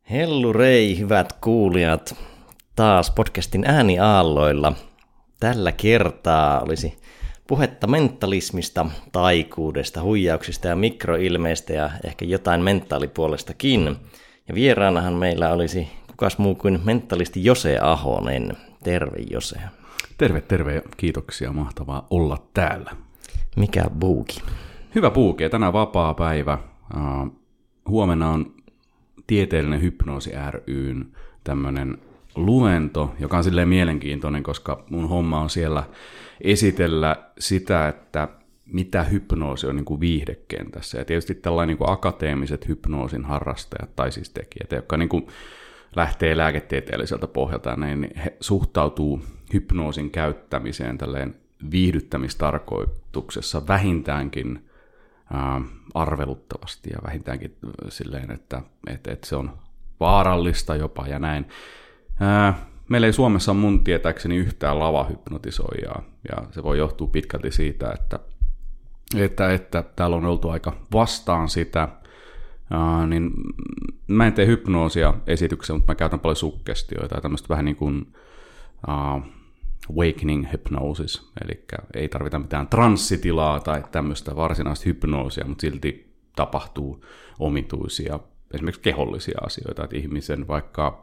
Hellurei, hyvät kuulijat, taas podcastin ääniaalloilla. Tällä kertaa olisi puhetta mentalismista, taikuudesta, huijauksista ja mikroilmeistä ja ehkä jotain mentaalipuolestakin. Ja vieraanahan meillä olisi kukas muu kuin mentalisti Jose Ahonen. Terve Jose. Terve ja kiitoksia, mahtavaa olla täällä. Mikä buuki? Hyvä buuki ja tänään vapaa päivä. Huomenna on Tieteellinen hypnoosi ry:n tämmöinen luento, joka on silleen mielenkiintoinen, koska mun homma on siellä esitellä sitä, että mitä hypnoosi on niin kuin viihdekentässä. Ja tietysti tällainen niin kuin akateemiset hypnoosin harrastajat tai siis tekijät, jotka niin kuin lähtee lääketieteelliseltä pohjalta, niin he suhtautuu hypnoosin käyttämiseen tälleen viihdyttämistarkoituksessa vähintäänkin arveluttavasti ja vähintäänkin silleen, että se on vaarallista jopa ja näin. Meillä ei Suomessa ole mun tietääkseni yhtään lavahypnotisoijaa, ja se voi johtua pitkälti siitä, että täällä on oltu aika vastaan sitä, niin mä en tee hypnoosia esityksiä, mutta mä käytän paljon suggestioita ja tämmöistä vähän niin kuin awakening hypnosis, eli ei tarvita mitään transsitilaa tai tämmöistä varsinaista hypnoosia, mutta silti tapahtuu omituisia, esimerkiksi kehollisia asioita, että ihmisen vaikka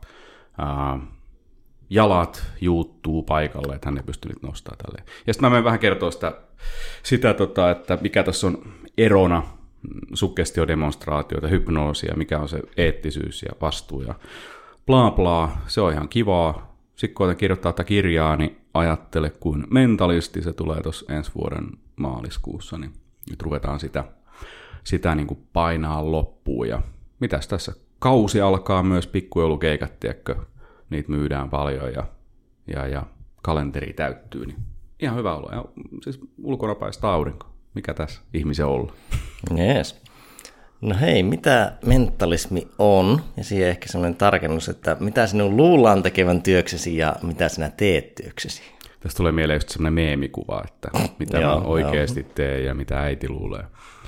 jalat juuttuu paikalle, että hän ei pysty nyt nostamaan tälleen. Ja sitten mä menen vähän kertoa sitä että mikä tässä on erona suggestiodemonstraatioita, hypnoosia, mikä on se eettisyys ja vastuu ja bla bla, se on ihan kivaa. Sitten kun kirjoittaa tätä kirjaa, niin ajattele kuin mentalisti, se tulee tuossa ensi vuoden maaliskuussa, niin nyt ruvetaan sitä niin kuin painaa loppuun. Ja mitäs tässä? Kausi alkaa myös pikkujoulukeikat, tiedätkö? Niitä myydään paljon ja kalenteri täyttyy, niin ihan hyvä olo. Ja siis ulkona paistaa aurinko. Mikä tässä ihmisen olla? Jees. No hei, mitä mentalismi on? Ja siihen ehkä sellainen tarkennus, että mitä sinun luullaan tekevän työksesi ja mitä sinä teet työksesi? Tästä tulee mieleen just sellainen meemikuva, että mitä mä oikeasti teen ja mitä äiti luulee.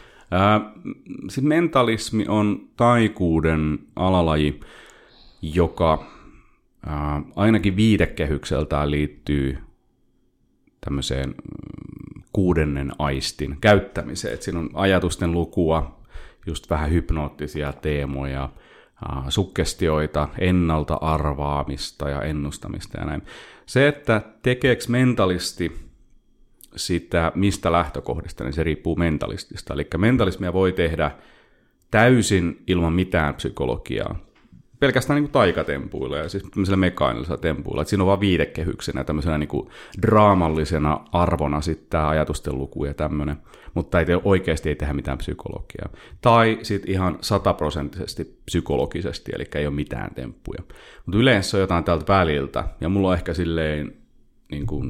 Sitten mentalismi on taikuuden alalaji, joka ainakin viitekehykseltään liittyy tämmöiseen kuudennen aistin käyttämiseen. Et siinä on ajatusten lukua, just vähän hypnoottisia teemoja, suggestioita, ennalta arvaamista ja ennustamista ja näin. Se, että tekeekö mentalisti sitä mistä lähtökohdista, niin se riippuu mentalistista. Eli mentalismia voi tehdä täysin ilman mitään psykologiaa. Pelkästään niin kuin taikatempuilla ja siis tämmöisellä mekaanisella tempuilla. Että siinä on vaan viidekehyksenä tämmöisenä niin kuin draamallisena arvona sitten tämä ajatusten luku ja tämmöinen. Mutta oikeasti ei tehdä mitään psykologiaa. Tai sitten ihan 100% psykologisesti, eli ei ole mitään temppuja. Mutta yleensä on jotain tältä väliltä. Ja mulla on ehkä silleen, niin kuin,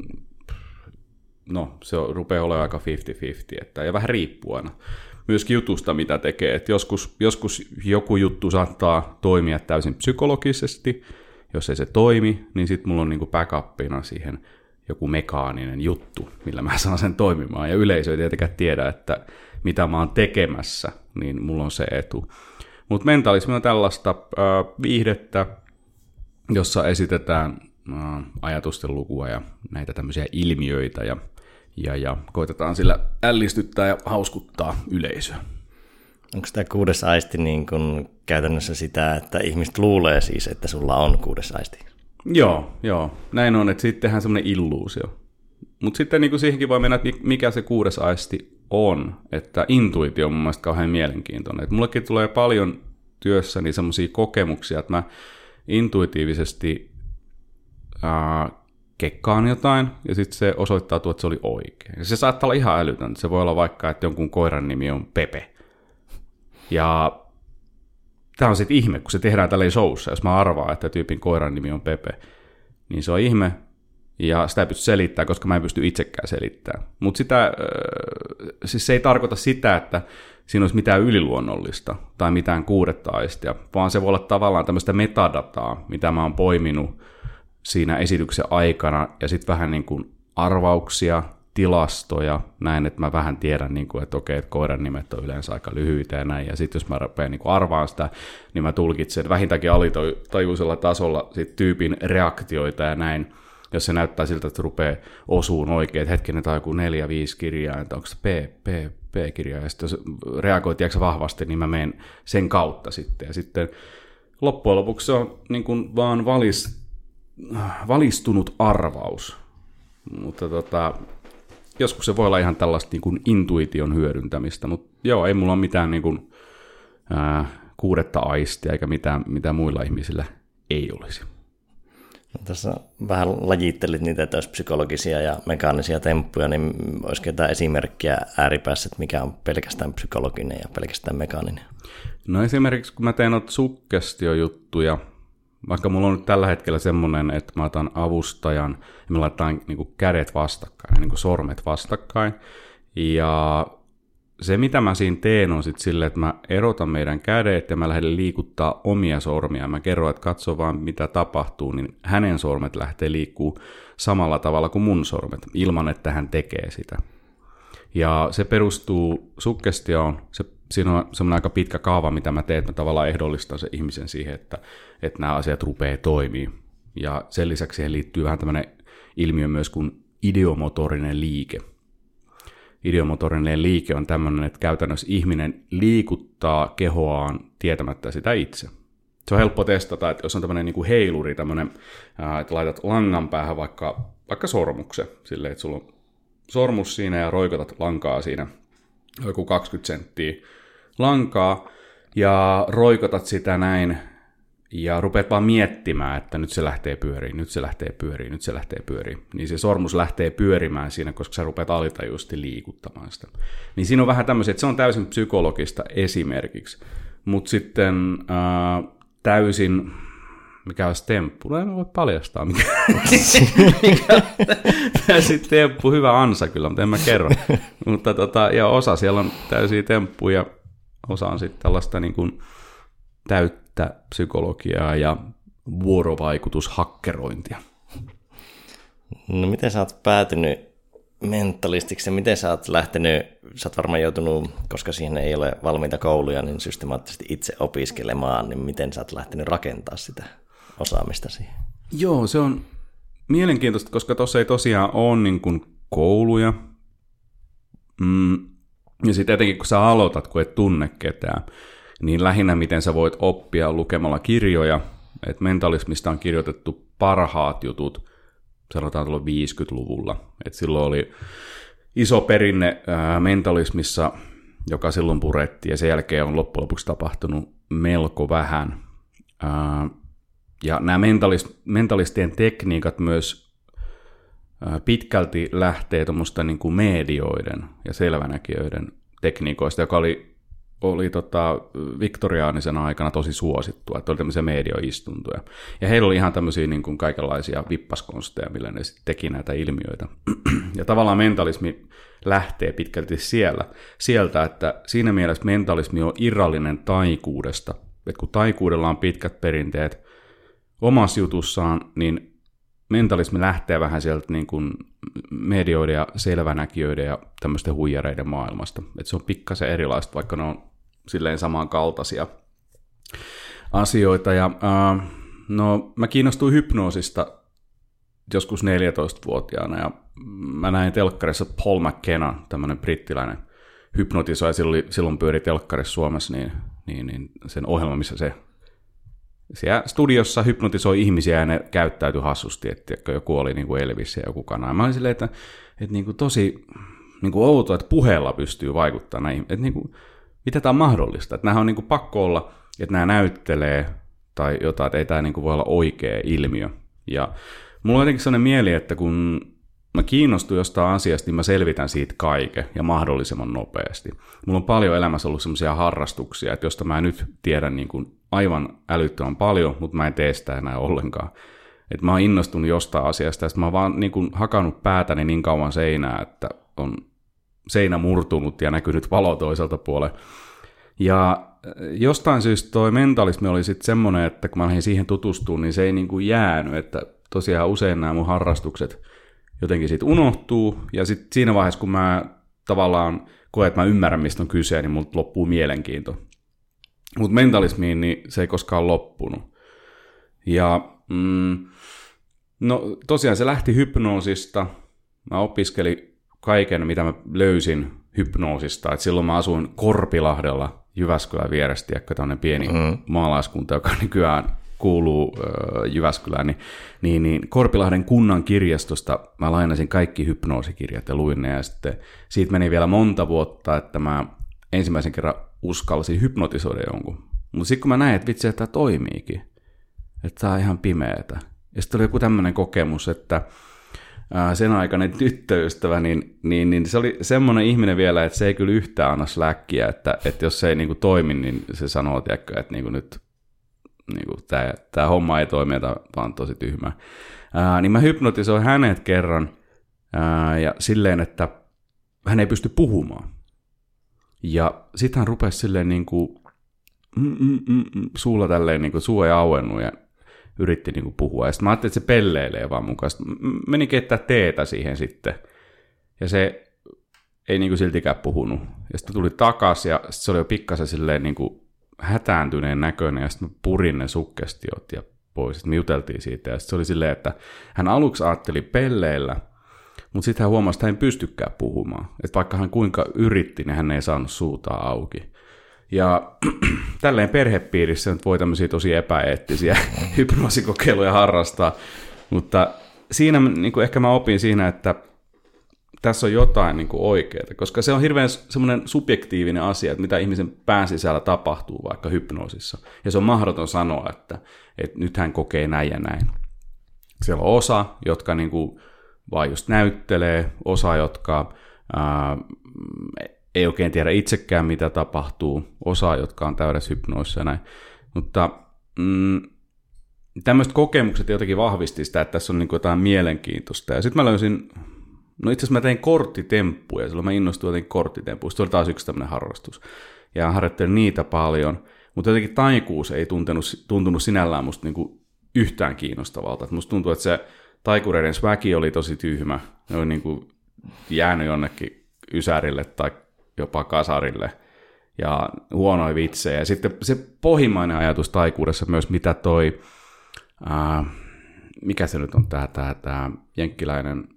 no se rupeaa olemaan aika 50-50. Ja vähän riippuu aina. Myöskin jutusta, mitä tekee. Et joskus joku juttu saattaa toimia täysin psykologisesti. Jos ei se toimi, niin sitten mulla on niinku backupina siihen joku mekaaninen juttu, millä mä saan sen toimimaan. Ja yleisö ei tietenkään tiedä, että mitä mä oon tekemässä, niin mulla on se etu. Mutta mentalismi on tällaista viihdettä, jossa esitetään ajatusten lukua ja näitä tämmöisiä ilmiöitä ja koitetaan sillä ällistyttää ja hauskuttaa yleisöä. Onko tämä kuudes aisti niin kun käytännössä sitä, että ihmiset luulee siis, että sulla on kuudes aisti? Joo. Näin on, että sitten tehdään semmoinen illuusio. Mutta sitten niin siihenkin voi mennä, että mikä se kuudes aisti on. Että intuitio on mun mielestä kauhean mielenkiintoinen. Et mullekin tulee paljon työssäni semmoisia kokemuksia, että mä intuitiivisesti kekkaan jotain, ja sitten se osoittautuu, että se oli oikein. Ja se saattaa olla ihan älytön. Se voi olla vaikka, että jonkun koiran nimi on Pepe. Ja tämä on sitten ihme, kun se tehdään tälleen showssa. Jos mä arvaan, että tyypin koiran nimi on Pepe, niin se on ihme. Ja sitä ei pysty selittämään, koska mä en pysty itsekään selittämään. Mutta siis se ei tarkoita sitä, että siinä olisi mitään yliluonnollista tai mitään kuudetta aistia, vaan se voi olla tavallaan tämmöistä metadataa, mitä mä oon poiminut siinä esityksen aikana, ja sitten vähän niin kuin arvauksia tilastoja, näin, että mä vähän tiedän, niin kuin, että okei, että koiran nimet on yleensä aika lyhyitä ja näin, ja sitten jos mä rupean niin arvaan sitä, niin mä tulkitsen vähintäänkin alitajuisella tasolla sit tyypin reaktioita ja näin, jos se näyttää siltä, että rupeaa osuun oikein, että hetkinen, tämä on joku 4-5 kirjaa, että onko se P-kirja, ja sitten jos reagoit vahvasti, niin mä menen sen kautta sitten, ja sitten loppujen lopuksi se on niin kuin vaan valistunut arvaus, mutta joskus se voi olla ihan tällaista niin kuin intuition hyödyntämistä, mutta joo, ei mulla ole mitään niin kuin, kuudetta aistia eikä mitään muilla ihmisillä ei olisi. No, tässä vähän lajittelit niitä, että olisi psykologisia ja mekaanisia temppuja, niin olisiko jotain esimerkkiä ääripäässä, että mikä on pelkästään psykologinen ja pelkästään mekaaninen? No esimerkiksi kun mä teen noita suggestiojuttuja, vaikka mulla on nyt tällä hetkellä semmoinen, että mä otan avustajan ja me laitetaan niin kuin kädet vastakkain, niin kuin sormet vastakkain. Ja se, mitä mä siinä teen, on sitten silleen, että mä erotan meidän kädet ja mä lähden liikuttaa omia sormia. Mä kerron, että katso vaan mitä tapahtuu, niin hänen sormet lähtee liikkuu samalla tavalla kuin mun sormet, ilman että hän tekee sitä. Ja se perustuu suggestioon. Siinä on semmoinen aika pitkä kaava, mitä mä teen, että mä tavallaan ehdollistan se ihmisen siihen, että nämä asiat rupeaa toimimaan. Ja sen lisäksi siihen liittyy vähän tämmöinen ilmiö myös kuin ideomotorinen liike. Ideomotorinen liike on tämmöinen, että käytännössä ihminen liikuttaa kehoaan tietämättä sitä itse. Se on helppo testata, että jos on tämmöinen niin kuin heiluri, tämmöinen, että laitat langan päähän vaikka sormuksen, silleen, että sulla on sormus siinä ja roikotat lankaa siinä, joku 20 senttiä lankaa, ja roikotat sitä näin, ja rupeat vaan miettimään, että nyt se lähtee pyöriin, nyt se lähtee pyöriin, nyt se lähtee pyöriin. Niin se sormus lähtee pyörimään siinä, koska sä rupeat alitajuisesti liikuttamaan sitä. Niin siinä on vähän tämmöisiä, että se on täysin psykologista esimerkiksi. Mutta sitten täysin, mikä olisi temppu, no en voi paljastaa, mikä täysin temppu, hyvä ansa kyllä, mutta en mä kerro. Mutta ja osa siellä on täysiä temppuja, osa on sitten tällaista niin kuin täyttä psykologiaa ja vuorovaikutushakkerointia. No miten sä oot päätynyt mentalistiksi ja miten sä oot lähtenyt, sä oot varmaan joutunut, koska siihen ei ole valmiita kouluja, niin systemaattisesti itse opiskelemaan, niin miten sä oot lähtenyt rakentamaan sitä osaamista siihen? Joo, se on mielenkiintoista, koska tuossa ei tosiaan ole niin kuin kouluja. Ja sitten etenkin kun sä aloitat, kun et tunne ketään, niin lähinnä miten sä voit oppia lukemalla kirjoja. Et mentalismista on kirjoitettu parhaat jutut, sanotaan tuolla 50-luvulla. Et silloin oli iso perinne mentalismissa, joka silloin purettiin, ja sen jälkeen on loppujen lopuksi tapahtunut melko vähän. Ja nämä mentalistien tekniikat myös pitkälti lähtee tuommoista niin kuin medioiden ja selvänäkijöiden tekniikoista, joka oli viktoriaanisen aikana tosi suosittua, että oli tämmöisiä medioistuntoja. Ja heillä oli ihan tämmöisiä niin kuin kaikenlaisia vippaskonsteja, millä ne sitten teki näitä ilmiöitä. Ja tavallaan mentalismi lähtee pitkälti sieltä, että siinä mielessä mentalismi on irrallinen taikuudesta. Että kun taikuudella on pitkät perinteet omassa jutussaan, niin mentalismi lähtee vähän sieltä niin kuin medioiden ja selvänäkijöiden ja tämmöisten huijareiden maailmasta. Että se on pikkasen erilaista, vaikka ne on silleen samankaltaisia asioita. Ja no, mä kiinnostuin hypnoosista joskus 14-vuotiaana, ja mä näin telkkarissa Paul McKenna, tämmöinen brittiläinen hypnotisoija, silloin pyöri telkkarissa Suomessa, niin sen ohjelma, missä se siellä studiossa hypnotisoi ihmisiä ja ne käyttäytyi hassusti, että joku oli niin kuin Elvis ja joku kana. Ja mä olin silleen, että niin kuin tosi niin kuin outo, että puheella pystyy vaikuttamaan näihin. Että niin kuin, mitä tämä on mahdollista? Että nämä on niin kuin pakko olla, että nämä näyttelee tai jotain, että ei tämä niin kuin voi olla oikea ilmiö. Ja mulla on jotenkin sellainen mieli, että kun mä kiinnostun jostain asiasta, niin mä selvitän siitä kaiken ja mahdollisimman nopeasti. Mulla on paljon elämässä ollut sellaisia harrastuksia, että josta mä nyt tiedän niin kuin aivan älyttömän paljon, mutta mä en tee sitä enää ollenkaan. Että mä oon innostunut jostain asiasta, ja mä oon vaan niin kuin hakannut päätäni niin kauan seinää, että on seinä murtunut ja näkynyt valo toiselta puolella. Ja jostain syystä toi mentalismi oli sitten semmoinen, että kun mä lähdin siihen tutustumaan, niin se ei niin kuin jäänyt, että tosiaan usein nämä mun harrastukset jotenkin siitä unohtuu, ja sitten siinä vaiheessa, kun mä tavallaan koen, että mä ymmärrän, mistä on kyse, niin multa loppuu mielenkiinto. Mutta mentalismiin niin se ei koskaan loppunut. Ja no tosiaan se lähti hypnoosista. Mä opiskelin kaiken, mitä mä löysin hypnoosista. Et silloin mä asuin Korpilahdella Jyväskylän vieressä, tiedätkö, tämmöinen pieni maalaiskunta, joka nykyään kuuluu Jyväskylään, niin Korpilahden kunnan kirjastosta mä lainasin kaikki hypnoosikirjat ja luin ne, ja sitten siitä meni vielä monta vuotta, että mä ensimmäisen kerran uskalsin hypnotisoida jonkun. Mutta sitten kun mä näin, että vitsi, että tämä toimiikin, että tämä on ihan pimeätä. Ja sitten oli joku tämmöinen kokemus, että sen aikainen tyttöystävä, niin se oli semmoinen ihminen vielä, että se ei kyllä yhtään anna släkkiä, että jos se ei niinku toimi, niin se sanoo, tiedätkö, että niinku nyt niinku tämä homma ei toimi, tämä on tosi tyhmä. Niin mä hypnotisoin hänet kerran ja silleen, että hän ei pysty puhumaan. Ja sitten hän rupesi silleen niinku suulla tälleen, niinku suu ei auennut ja yritti niinku puhua. Ja sitten mä ajattelin, että se pelleilee vaan mukaan. Menin keittää teetä siihen sitten. Ja se ei niinku siltikään puhunut. Ja sitten tuli takas ja sitten se oli jo pikkasen silleen niinku hätääntyneen näköinen. Ja sitten mä purin ne sukkestiot ja pois. Sitten me juteltiin siitä. Ja sitten se oli silleen, että hän aluksi ajatteli pelleillä, mutta sitten hän huomasi, että hän ei pystykään puhumaan. Että vaikka hän kuinka yritti, niin hän ei saanut suutaan auki. Ja tälleen perhepiirissä nyt voi tämmöisiä tosi epäeettisiä hypnoosikokeiluja harrastaa, mutta siinä niin kuin ehkä mä opin siinä, että tässä on jotain niin kuin oikeaa, koska se on hirveän semmoinen subjektiivinen asia, että mitä ihmisen pään sisällä tapahtuu vaikka hypnoosissa. Ja se on mahdoton sanoa, että nyt hän kokee näin ja näin. Siellä on osa, jotka niin kuin vaan just näyttelee, osa, jotka ei oikein tiedä itsekään, mitä tapahtuu, osa, jotka on täydessä hypnoissa ja näin. Mutta tämmöiset kokemukset jotenkin vahvisti sitä, että tässä on niin kuin jotain mielenkiintoista. Ja sitten mä löysin, no itse asiassa mä tein korttitemppuja, silloin mä innostuin jotenkin korttitemppuista. Se oli taas yksi tämmöinen harrastus. Ja harjoittelin niitä paljon, mutta jotenkin taikuus ei tuntunut sinällään musta niin kuin yhtään kiinnostavalta. Et musta tuntuu, että se taikureiden sväki oli tosi tyhmä. Ne oli niin kuin jäänyt jonnekin ysärille tai jopa kasarille, ja huonoja vitsejä. Ja sitten se pohjimmainen ajatus taikuudessa myös, mitä toi, mikä se nyt on tämä jenkkiläinen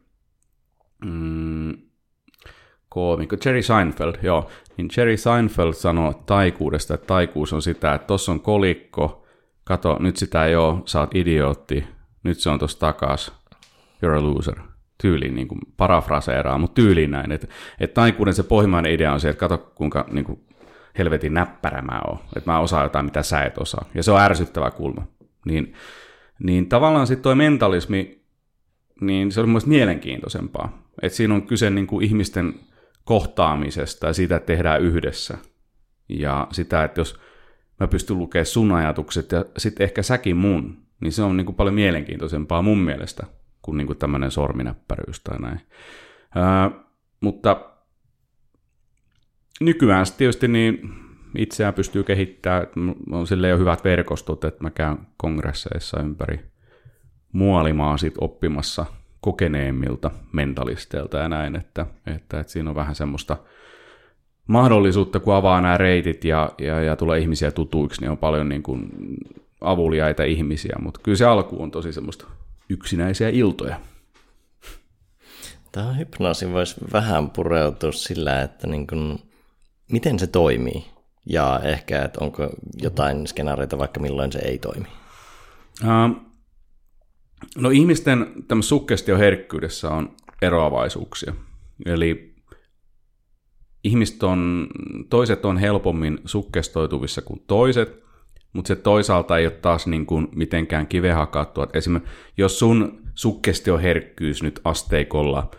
koomikko, Jerry Seinfeld, joo, niin Jerry Seinfeld sanoi taikuudesta, että taikuus on sitä, että tossa on kolikko, kato, nyt sitä ei ole, sä oot idiootti, nyt se on tossa takas, you're a loser. Tyyliin niin kuin parafraseeraa, mutta tyyliin näin. Että taikuuden se pohjimmainen idea on se, että kato kuinka niin kuin helvetin näppärä mä oon. Että mä osaan jotain, mitä sä et osaa. Ja se on ärsyttävä kulma. Niin tavallaan sitten toi mentalismi, niin se oli mun mielestä mielenkiintoisempaa. Että siinä on kyse niin kuin ihmisten kohtaamisesta ja siitä, että tehdään yhdessä. Ja sitä, että jos mä pystyn lukemaan sun ajatukset ja sitten ehkä säkin mun, niin se on niin kuin paljon mielenkiintoisempaa mun mielestä kuin niinku tämmöinen sorminäppäryys tai näin. Mutta nykyään tietysti niin itseään pystyy kehittämään, on silleen jo hyvät verkostot, että mä käyn kongresseissa ympäri muolimaa sit oppimassa kokeneemmilta mentalisteilta ja näin, että siinä on vähän semmoista mahdollisuutta, kun avaa nämä reitit ja tulee ihmisiä tutuiksi, niin on paljon niin kuin avuliaita ihmisiä, mutta kyllä se alku on tosi semmoista yksinäisiä iltoja. Tämä hypnoosi voisi vähän pureutua sillä, että niin kuin, miten se toimii ja ehkä, että onko jotain skenaarioita vaikka milloin se ei toimi. No ihmisten tämmöisessä suggestioherkkyydessä on eroavaisuuksia. Eli toiset on helpommin suggestoituvissa kuin toiset, mutta se toisaalta ei ole taas niin kuin mitenkään kiveen hakattua. Esimerkiksi jos sun suggestioherkkyys nyt asteikolla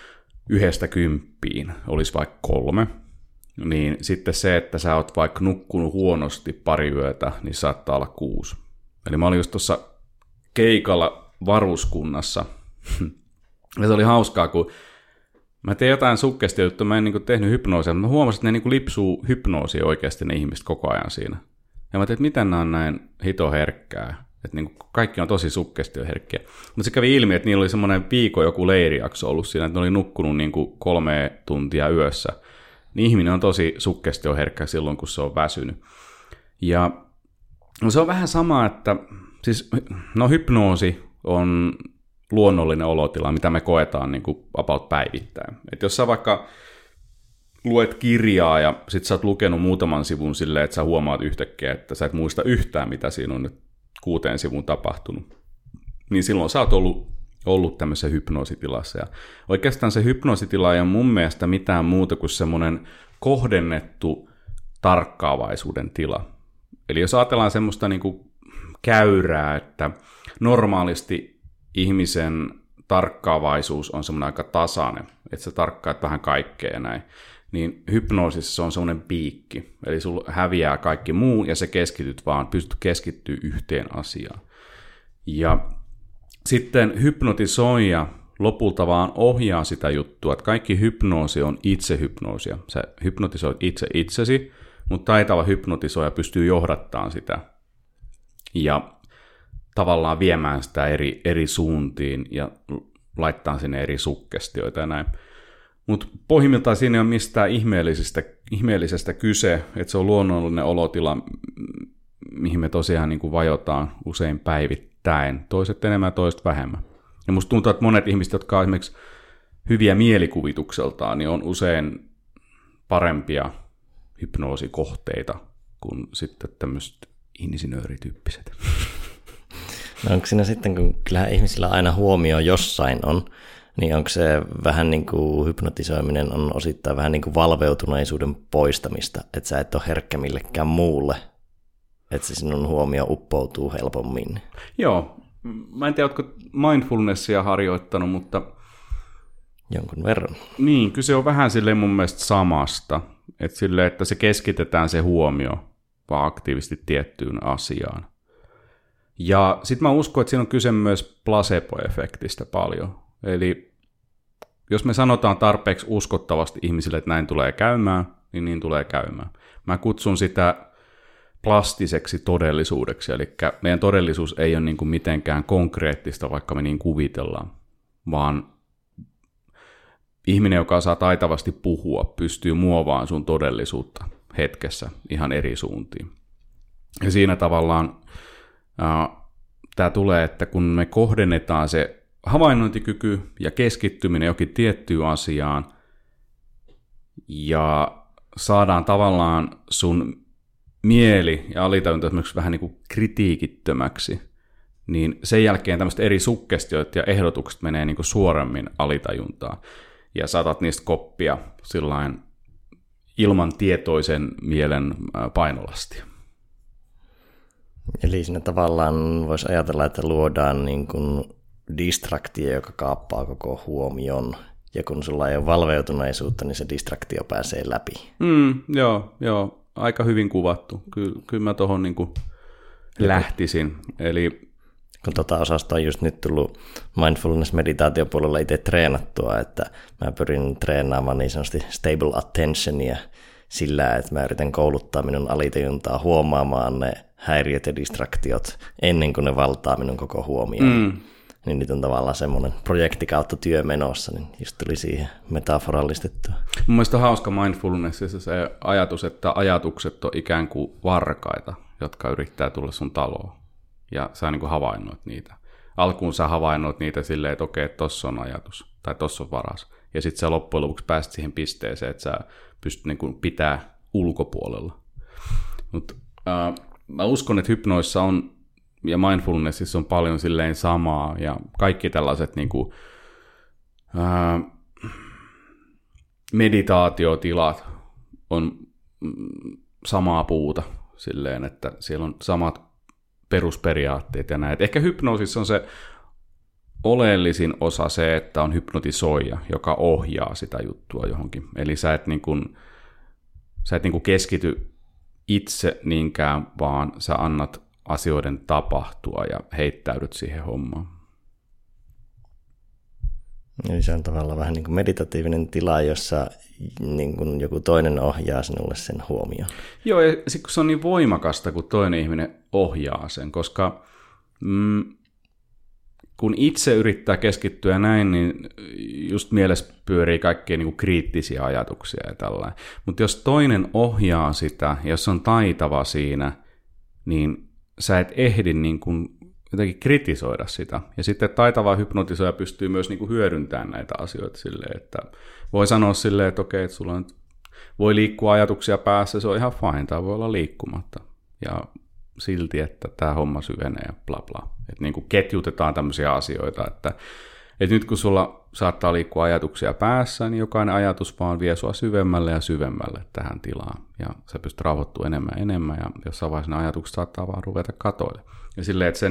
1–10 olisi vaikka 3, niin sitten se, että sä oot vaikka nukkunut huonosti pari yötä, niin saattaa olla 6. Eli mä olin just tuossa keikalla varuskunnassa, ja se oli hauskaa, kun mä tein jotain suggestiojuttua, mä en niin kuin tehnyt hypnoosia, mutta mä huomasin, että ne niin kuin lipsuu hypnoosia oikeasti ne ihmiset koko ajan siinä. Ja mä tein, että miten nämä on näin hito herkkää. Että niin kuin kaikki on tosi sukkestioherkkiä. Mutta se kävi ilmi, että niillä oli semmoinen viikon joku leirijakso ollut siinä, että ne oli nukkunut niin kuin 3 tuntia yössä. Niin ihminen on tosi sukkestioherkkä silloin, kun se on väsynyt. Ja no se on vähän sama, että siis hypnoosi on luonnollinen olotila, mitä me koetaan niin kuin about päivittäin. Että jos sä vaikka luet kirjaa ja sit sä oot lukenut muutaman sivun silleen, että sä huomaat yhtäkkiä, että sä et muista yhtään, mitä siinä on nyt 6 sivuun tapahtunut, niin silloin sä oot ollut tämmöisessä hypnoositilassa. Ja oikeastaan se hypnoositila ei ole mun mielestä mitään muuta kuin semmoinen kohdennettu tarkkaavaisuuden tila. Eli jos ajatellaan semmoista niin kuin käyrää, että normaalisti ihmisen tarkkaavaisuus on semmoinen aika tasainen, että sä tarkkaat vähän kaikkea ja näin, niin hypnoosissa se on semmoinen piikki. Eli sulla häviää kaikki muu ja sä keskityt vaan, pystyt keskittyä yhteen asiaan. Ja sitten hypnotisoija lopulta vaan ohjaa sitä juttua, että kaikki hypnoosi on itsehypnoosia. Sä hypnotisoit itse itsesi, mutta taitava hypnotisoija pystyy johdattamaan sitä ja tavallaan viemään sitä eri suuntiin ja laittaa sinne eri sukkestioita ja näin. Mutta pohjimmiltaan siinä ei ole mistään ihmeellisestä kyse, että se on luonnollinen olotila, mihin me tosiaan niin kuin vajotaan usein päivittäin. Toiset enemmän, toiset vähemmän. Ja musta tuntuu, että monet ihmiset, jotka on esimerkiksi hyviä mielikuvitukseltaan, niin on usein parempia hypnoosikohteita kuin sitten tämmöiset insinöörityyppiset. No onko siinä sitten, kun kyllähän ihmisillä aina huomio jossain on, niin onko se vähän niin kuin hypnotisoiminen on osittain vähän niin kuin valveutuneisuuden poistamista, että sä et ole herkkä millekään muulle, että se sinun huomio uppoutuu helpommin? Joo, mä en tiedä, ootko mindfulnessia harjoittanut, mutta jonkun verran. Niin, kyse on vähän silleen mun mielestä samasta, että silleen, että se keskitetään se huomio vaan aktiivisesti tiettyyn asiaan. Ja sitten mä uskon, että siinä on kyse myös placebo-efektistä paljon. Eli jos me sanotaan tarpeeksi uskottavasti ihmisille, että näin tulee käymään, niin niin tulee käymään. Mä kutsun sitä plastiseksi todellisuudeksi, eli meidän todellisuus ei ole niin kuin mitenkään konkreettista, vaikka me niin kuvitellaan, vaan ihminen, joka osaa taitavasti puhua, pystyy muovaamaan sun todellisuutta hetkessä ihan eri suuntiin. Ja siinä tavallaan tämä tulee, että kun me kohdennetaan se havainnointikyky ja keskittyminen jokin tiettyyn asiaan ja saadaan tavallaan sun mieli ja alitajunta esimerkiksi vähän niin kuin kritiikittömäksi, niin sen jälkeen tämmöiset eri sukkestioit ja ehdotukset menee niin kuin suoremmin alitajuntaan ja saatat niistä koppia sillain ilman tietoisen mielen painolastia. Eli siinä tavallaan voisi ajatella, että luodaan niin kuin distraktio, joka kaappaa koko huomion, ja kun sulla ei ole valveutuneisuutta, niin se distraktio pääsee läpi. Joo, aika hyvin kuvattu. Kyllä mä tuohon niin kuin lähtisin. Eli kun osastoa on just nyt tullut mindfulness-meditaatiopuolella itse treenattua, että mä pyrin treenaamaan niin sanotusti stable attentionia sillä, että mä yritän kouluttaa minun alitajuntaa huomaamaan ne häiriöt ja distraktiot ennen kuin ne valtaa minun koko huomioon. Niin nyt on tavallaan semmoinen projekti kautta työ menossa, niin just tuli siihen metaforallistettua. Mun mielestä on hauska mindfulnessissa se ajatus, että ajatukset on ikään kuin varkaita, jotka yrittää tulla sun taloon. Ja sä niin kuin havainnoit niitä. Alkuun sä havainnoit niitä silleen, että okei, tossa on ajatus, tai tossa on varas. Ja sit sä loppujen lopuksi pääst siihen pisteeseen, että sä pystyt niin kuin pitää ulkopuolella. Mutta mä uskon, että hypnoissa on ja mindfulnessissa on paljon silleen samaa, ja kaikki tällaiset niin kuin, meditaatiotilat on samaa puuta silleen, että siellä on samat perusperiaatteet ja näin. Ehkä hypnoosissa on se oleellisin osa se, että on hypnotisoija, joka ohjaa sitä juttua johonkin. Eli sä et niin kuin keskity itse niinkään, vaan sä annat asioiden tapahtua ja heittäydyt siihen hommaan. Eli se on tavallaan vähän niin kuin meditatiivinen tila, jossa niin kuin joku toinen ohjaa sinulle sen huomioon. Joo, ja se on niin voimakasta, kun toinen ihminen ohjaa sen, koska kun itse yrittää keskittyä näin, niin just mielessä pyörii kaikkia niin kuin kriittisiä ajatuksia ja tällainen. Mutta jos toinen ohjaa sitä, jos on taitava siinä, niin sä et ehdi niin kuin jotenkin kritisoida sitä. Ja sitten taitava hypnotisoija pystyy myös niin kuin hyödyntämään näitä asioita silleen, että voi sanoa silleen, että okei, että sulla voi liikkua ajatuksia päässä, se on ihan fine, tai voi olla liikkumatta. Ja silti, että tämä homma syvenee ja bla bla. Että niin kuin ketjutetaan tämmöisiä asioita, että nyt kun sulla saattaa liikkua ajatuksia päässä, niin jokainen ajatus vaan vie sua syvemmälle ja syvemmälle tähän tilaan. Ja sä pystyt rauhoittua enemmän ja enemmän, ja jossain vaiheessa ne ajatukset saattaa vaan ruveta katoille. Ja silleen, että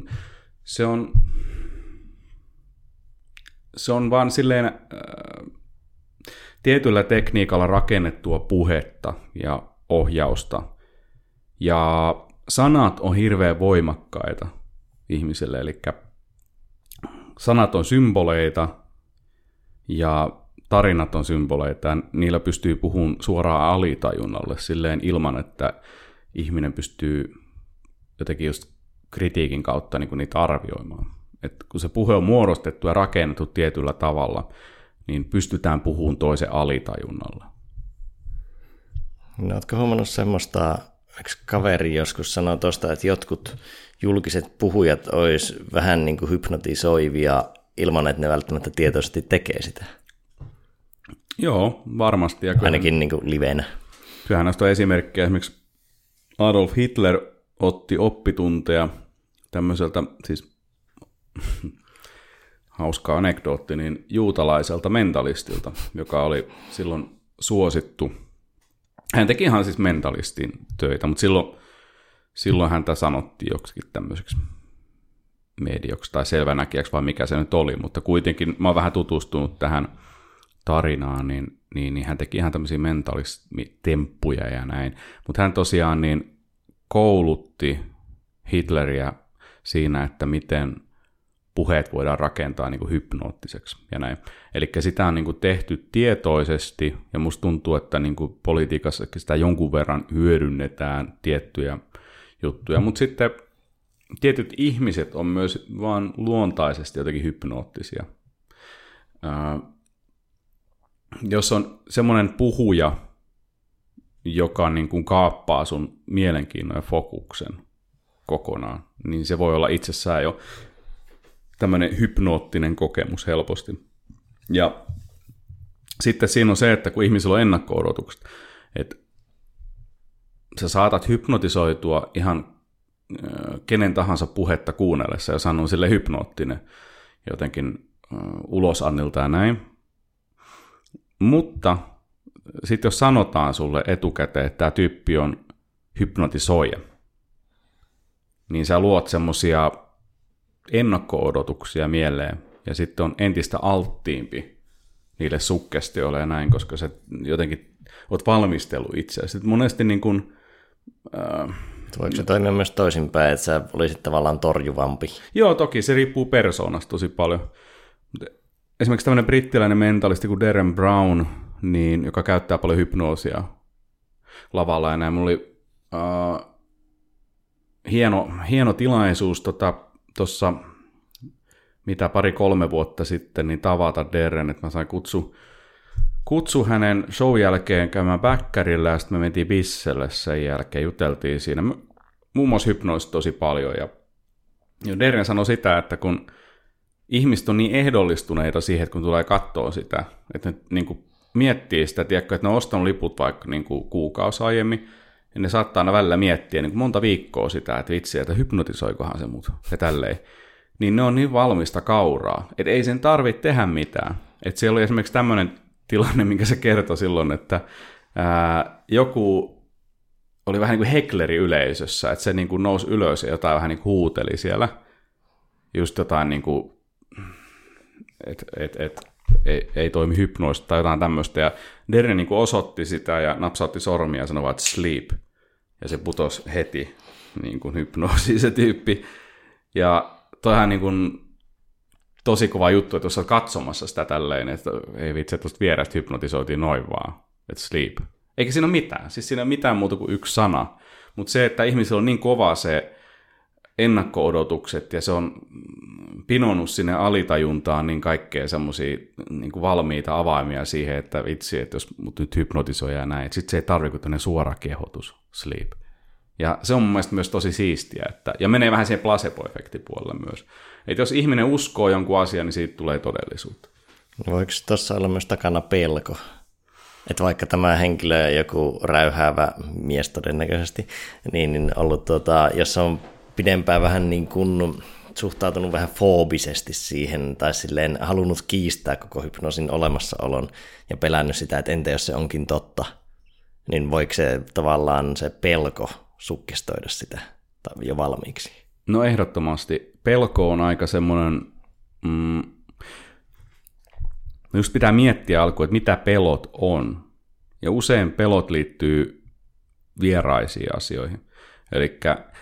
se on vaan silleen tietyllä tekniikalla rakennettua puhetta ja ohjausta. Ja sanat on hirveän voimakkaita ihmiselle, eli sanat on symboleita ja tarinat on symboleita, ja niillä pystyy puhumaan suoraan alitajunnalle silleen ilman, että ihminen pystyy jotenkin just kritiikin kautta niin kuin niitä arvioimaan. Et kun se puhe on muodostettu ja rakennettu tietyllä tavalla, niin pystytään puhumaan toisen alitajunnalle. No, ootko huomannut semmoista, eikö kaveri joskus sanoi tuosta, että jotkut julkiset puhujat olisi vähän niin kuin hypnotisoivia ilman, että ne välttämättä tietoisesti tekee sitä? Joo, varmasti. Ja ainakin niin kuin livenä. Kyllähän näistä on esimerkkejä. Esimerkiksi Adolf Hitler otti oppitunteja tämmöiseltä, siis hauska anekdootti, niin juutalaiselta mentalistilta, joka oli silloin suosittu. Hän teki ihan siis mentalistin töitä, mutta silloin häntä sanottiin joksikin tämmöiseksi medioksi tai selvänäkijäksi, vai mikä se nyt oli, mutta kuitenkin mä oon vähän tutustunut tähän tarinaan, niin hän teki ihan tämmöisiä mentalismitemppuja ja näin, mutta hän tosiaan niin koulutti Hitleriä siinä, että miten puheet voidaan rakentaa niin kuin hypnoottiseksi ja näin. Eli sitä on niin kuin tehty tietoisesti, ja musta tuntuu, että niin kuin politiikassa sitä jonkun verran hyödynnetään tiettyjä juttuja, mutta sitten tietyt ihmiset on myös vaan luontaisesti jotenkin hypnoottisia. Jos on semmoinen puhuja, joka niin kuin kaappaa sun mielenkiinnon ja fokuksen kokonaan, niin se voi olla itsessään jo tämmöinen hypnoottinen kokemus helposti. Ja sitten siinä on se, että kun ihmisillä on ennakko-odotukset, että sä saatat hypnotisoitua ihan kenen tahansa puhetta kuunnellessa, jos hän on sille hypnoottinen jotenkin ulosannilta ja näin. Mutta sitten jos sanotaan sulle etukäteen, että tämä tyyppi on hypnotisoija, niin sä luot semmosia ennakko-odotuksia mieleen, ja sitten on entistä alttiimpi niille suggestioille ja näin, koska sä jotenkin oot valmistellut itseäsi. Sitten monesti niin kuin voiko se toimia myös toisinpäin, että sä olisit tavallaan torjuvampi? Joo, toki se riippuu persoonasta tosi paljon. Esimerkiksi tämmöinen brittiläinen mentalisti kuin Derren Brown, niin, joka käyttää paljon hypnoosia lavalla ja näin. Mulla oli hieno tilaisuus tuossa mitä 2-3 vuotta sitten niin tavata Derren, että mä sain kutsu hänen show jälkeen käymään bäkkärillä, ja sitten me mentiin bisselle sen jälkeen, juteltiin siinä. Muun muassa hypnoista tosi paljon, ja Derren sanoi sitä, että kun ihmiset on niin ehdollistuneita siihen, että kun tulee katsoa sitä, että ne niin kuin miettii sitä, tiedätkö, että ne on ostanut liput vaikka niin kuin kuukausi aiemmin, ja ne saattaa aina välillä miettiä niin kuin monta viikkoa sitä, että vitsi, että hypnotisoikohan se mut, ja tälleen. Niin ne on niin valmista kauraa, että ei sen tarvitse tehdä mitään. Että siellä oli esimerkiksi tämmöinen tilanne, minkä se kertoi silloin, että joku oli vähän niin kuin hekleri yleisössä, että se niin kuin nousi ylös ja jotain vähän niin kuin huuteli siellä. Just jotain niin kuin, ei toimi hypnoista tai jotain tämmöistä. Ja Derren niin kuin osoitti sitä ja napsautti sormia ja sanoi, että sleep. Ja se putosi heti niin kuin hypnoosiin se tyyppi. Ja toihan niin kuin tosi kova juttu, että jos olet katsomassa sitä tälleen, että ei vitsi, että tuosta vierestä hypnotisoitiin noin vaan, että sleep. Eikä siinä ole mitään, siis siinä ei ole mitään muuta kuin yksi sana. Mutta se, että ihmisillä on niin kova se ennakko-odotukset ja se on pinonut sinne alitajuntaan niin kaikkea semmoisia niin kuin valmiita avaimia siihen, että vitsi, että jos mut nyt hypnotisoi ja näin, sitten se ei tarvitse kuin suora kehotus, sleep. Ja se on mun mielestä myös tosi siistiä, ja menee vähän siihen placebo-efektipuolelle myös. Että jos ihminen uskoo jonkun asian, niin siitä tulee todellisuutta. Voiko tuossa olla myös takana pelko? Että vaikka tämä henkilö joku räyhäävä mies todennäköisesti, niin ollut jos on pidempään vähän niin kuin suhtautunut vähän foobisesti siihen, tai silleen halunnut kiistää koko hypnoosin olemassaolon ja pelännyt sitä, että entä jos se onkin totta, niin voiko se tavallaan se pelko sukkistoida sitä jo valmiiksi? No ehdottomasti. Pelko on aika semmoinen, just pitää miettiä alkuun, että mitä pelot on. Ja usein pelot liittyy vieraisiin asioihin. Eli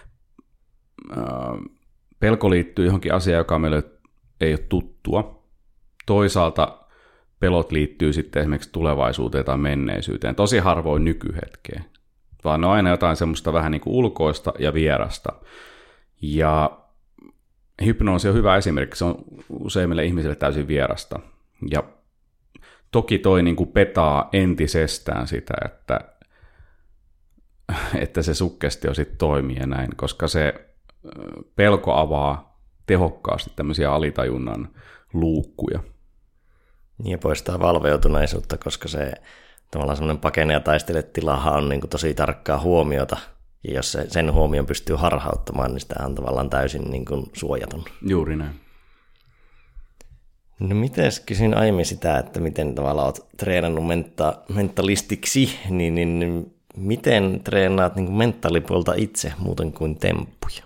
pelko liittyy johonkin asiaan, joka meille ei ole tuttua. Toisaalta pelot liittyy sitten esimerkiksi tulevaisuuteen tai menneisyyteen. Tosi harvoin nykyhetkeen, vaan ne on aina jotain semmoista vähän niin kuin ulkoista ja vierasta. Ja hypnoosi on hyvä esimerkki, se on useimmille ihmisille täysin vierasta. Ja toki toi niin kuin petaa entisestään sitä, että se suggestio sitten toimii ja näin, koska se pelko avaa tehokkaasti tämmöisiä alitajunnan luukkuja. Ja poistaa valveutuneisuutta, koska se tavallaan semmoinen pakene ja taistele tilahan on niin kuin tosi tarkkaa huomiota, ja jos sen huomion pystyy harhauttamaan, niin sitä on tavallaan täysin niin kuin suojaton. Juuri näin. No mites, kysyin aiemmin sitä, että miten tavallaan olet treenannut mentalistiksi, niin miten treenaat niin kuin mentaalipuolta itse muuten kuin temppuja?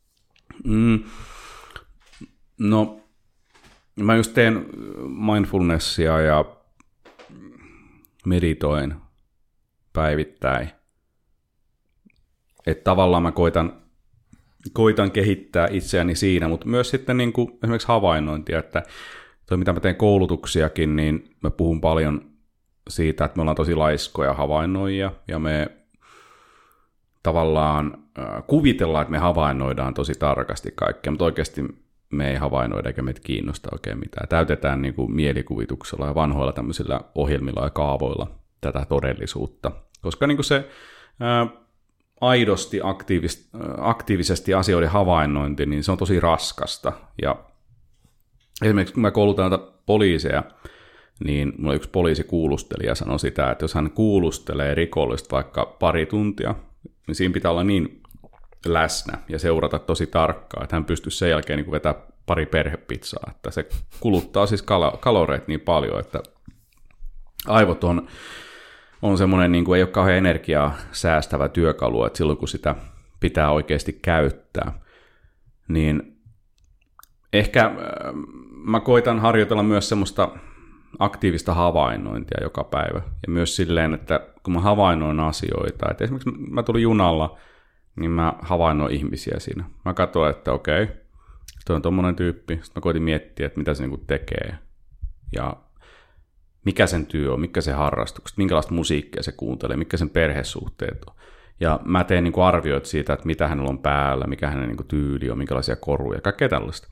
No, mä just teen mindfulnessia ja meditoin päivittäin. Että tavallaan mä koitan kehittää itseäni siinä, mutta myös sitten niin kuin esimerkiksi havainnointia, että toi mitä mä teen koulutuksiakin, niin mä puhun paljon siitä, että me ollaan tosi laiskoja havainnoijia, ja me tavallaan kuvitellaan, että me havainnoidaan tosi tarkasti kaikkea, mutta oikeasti me ei havainnoida eikä meitä kiinnosta oikein mitään. Täytetään niin kuin mielikuvituksella ja vanhoilla tämmöisillä ohjelmilla ja kaavoilla tätä todellisuutta, koska niin kuin se aidosti aktiivisesti asioiden havainnointi, niin se on tosi raskasta. Ja esimerkiksi kun mä koulutan näitä poliiseja, niin mulla yksi poliisikuulustelija sanoi sitä, että jos hän kuulustelee rikollista vaikka pari tuntia, niin siinä pitää olla niin läsnä ja seurata tosi tarkkaan, että hän pystyisi sen jälkeen niin vetää pari perhepizzaa. Että se kuluttaa siis kaloreita niin paljon, että aivot on semmoinen, niin kuin ei ole kauhean energiaa säästävä työkalu, että silloin kun sitä pitää oikeasti käyttää, niin ehkä mä koitan harjoitella myös semmoista aktiivista havainnointia joka päivä. Ja myös silleen, että kun mä havainnoin asioita, että esimerkiksi mä tulin junalla, niin mä havainnoin ihmisiä siinä. Mä katsoin, että okei, toi on tommonen tyyppi. Sitten mä koitin miettiä, että mitä se niinku tekee. Ja mikä sen työ on, mikä se harrastukset, minkälaista musiikkia se kuuntelee, mikä sen perhesuhteet on. Ja mä teen niinku arvioit siitä, että mitä hänellä on päällä, mikä hänen niinku tyyli on, minkälaisia koruja, kaikkea tällaista.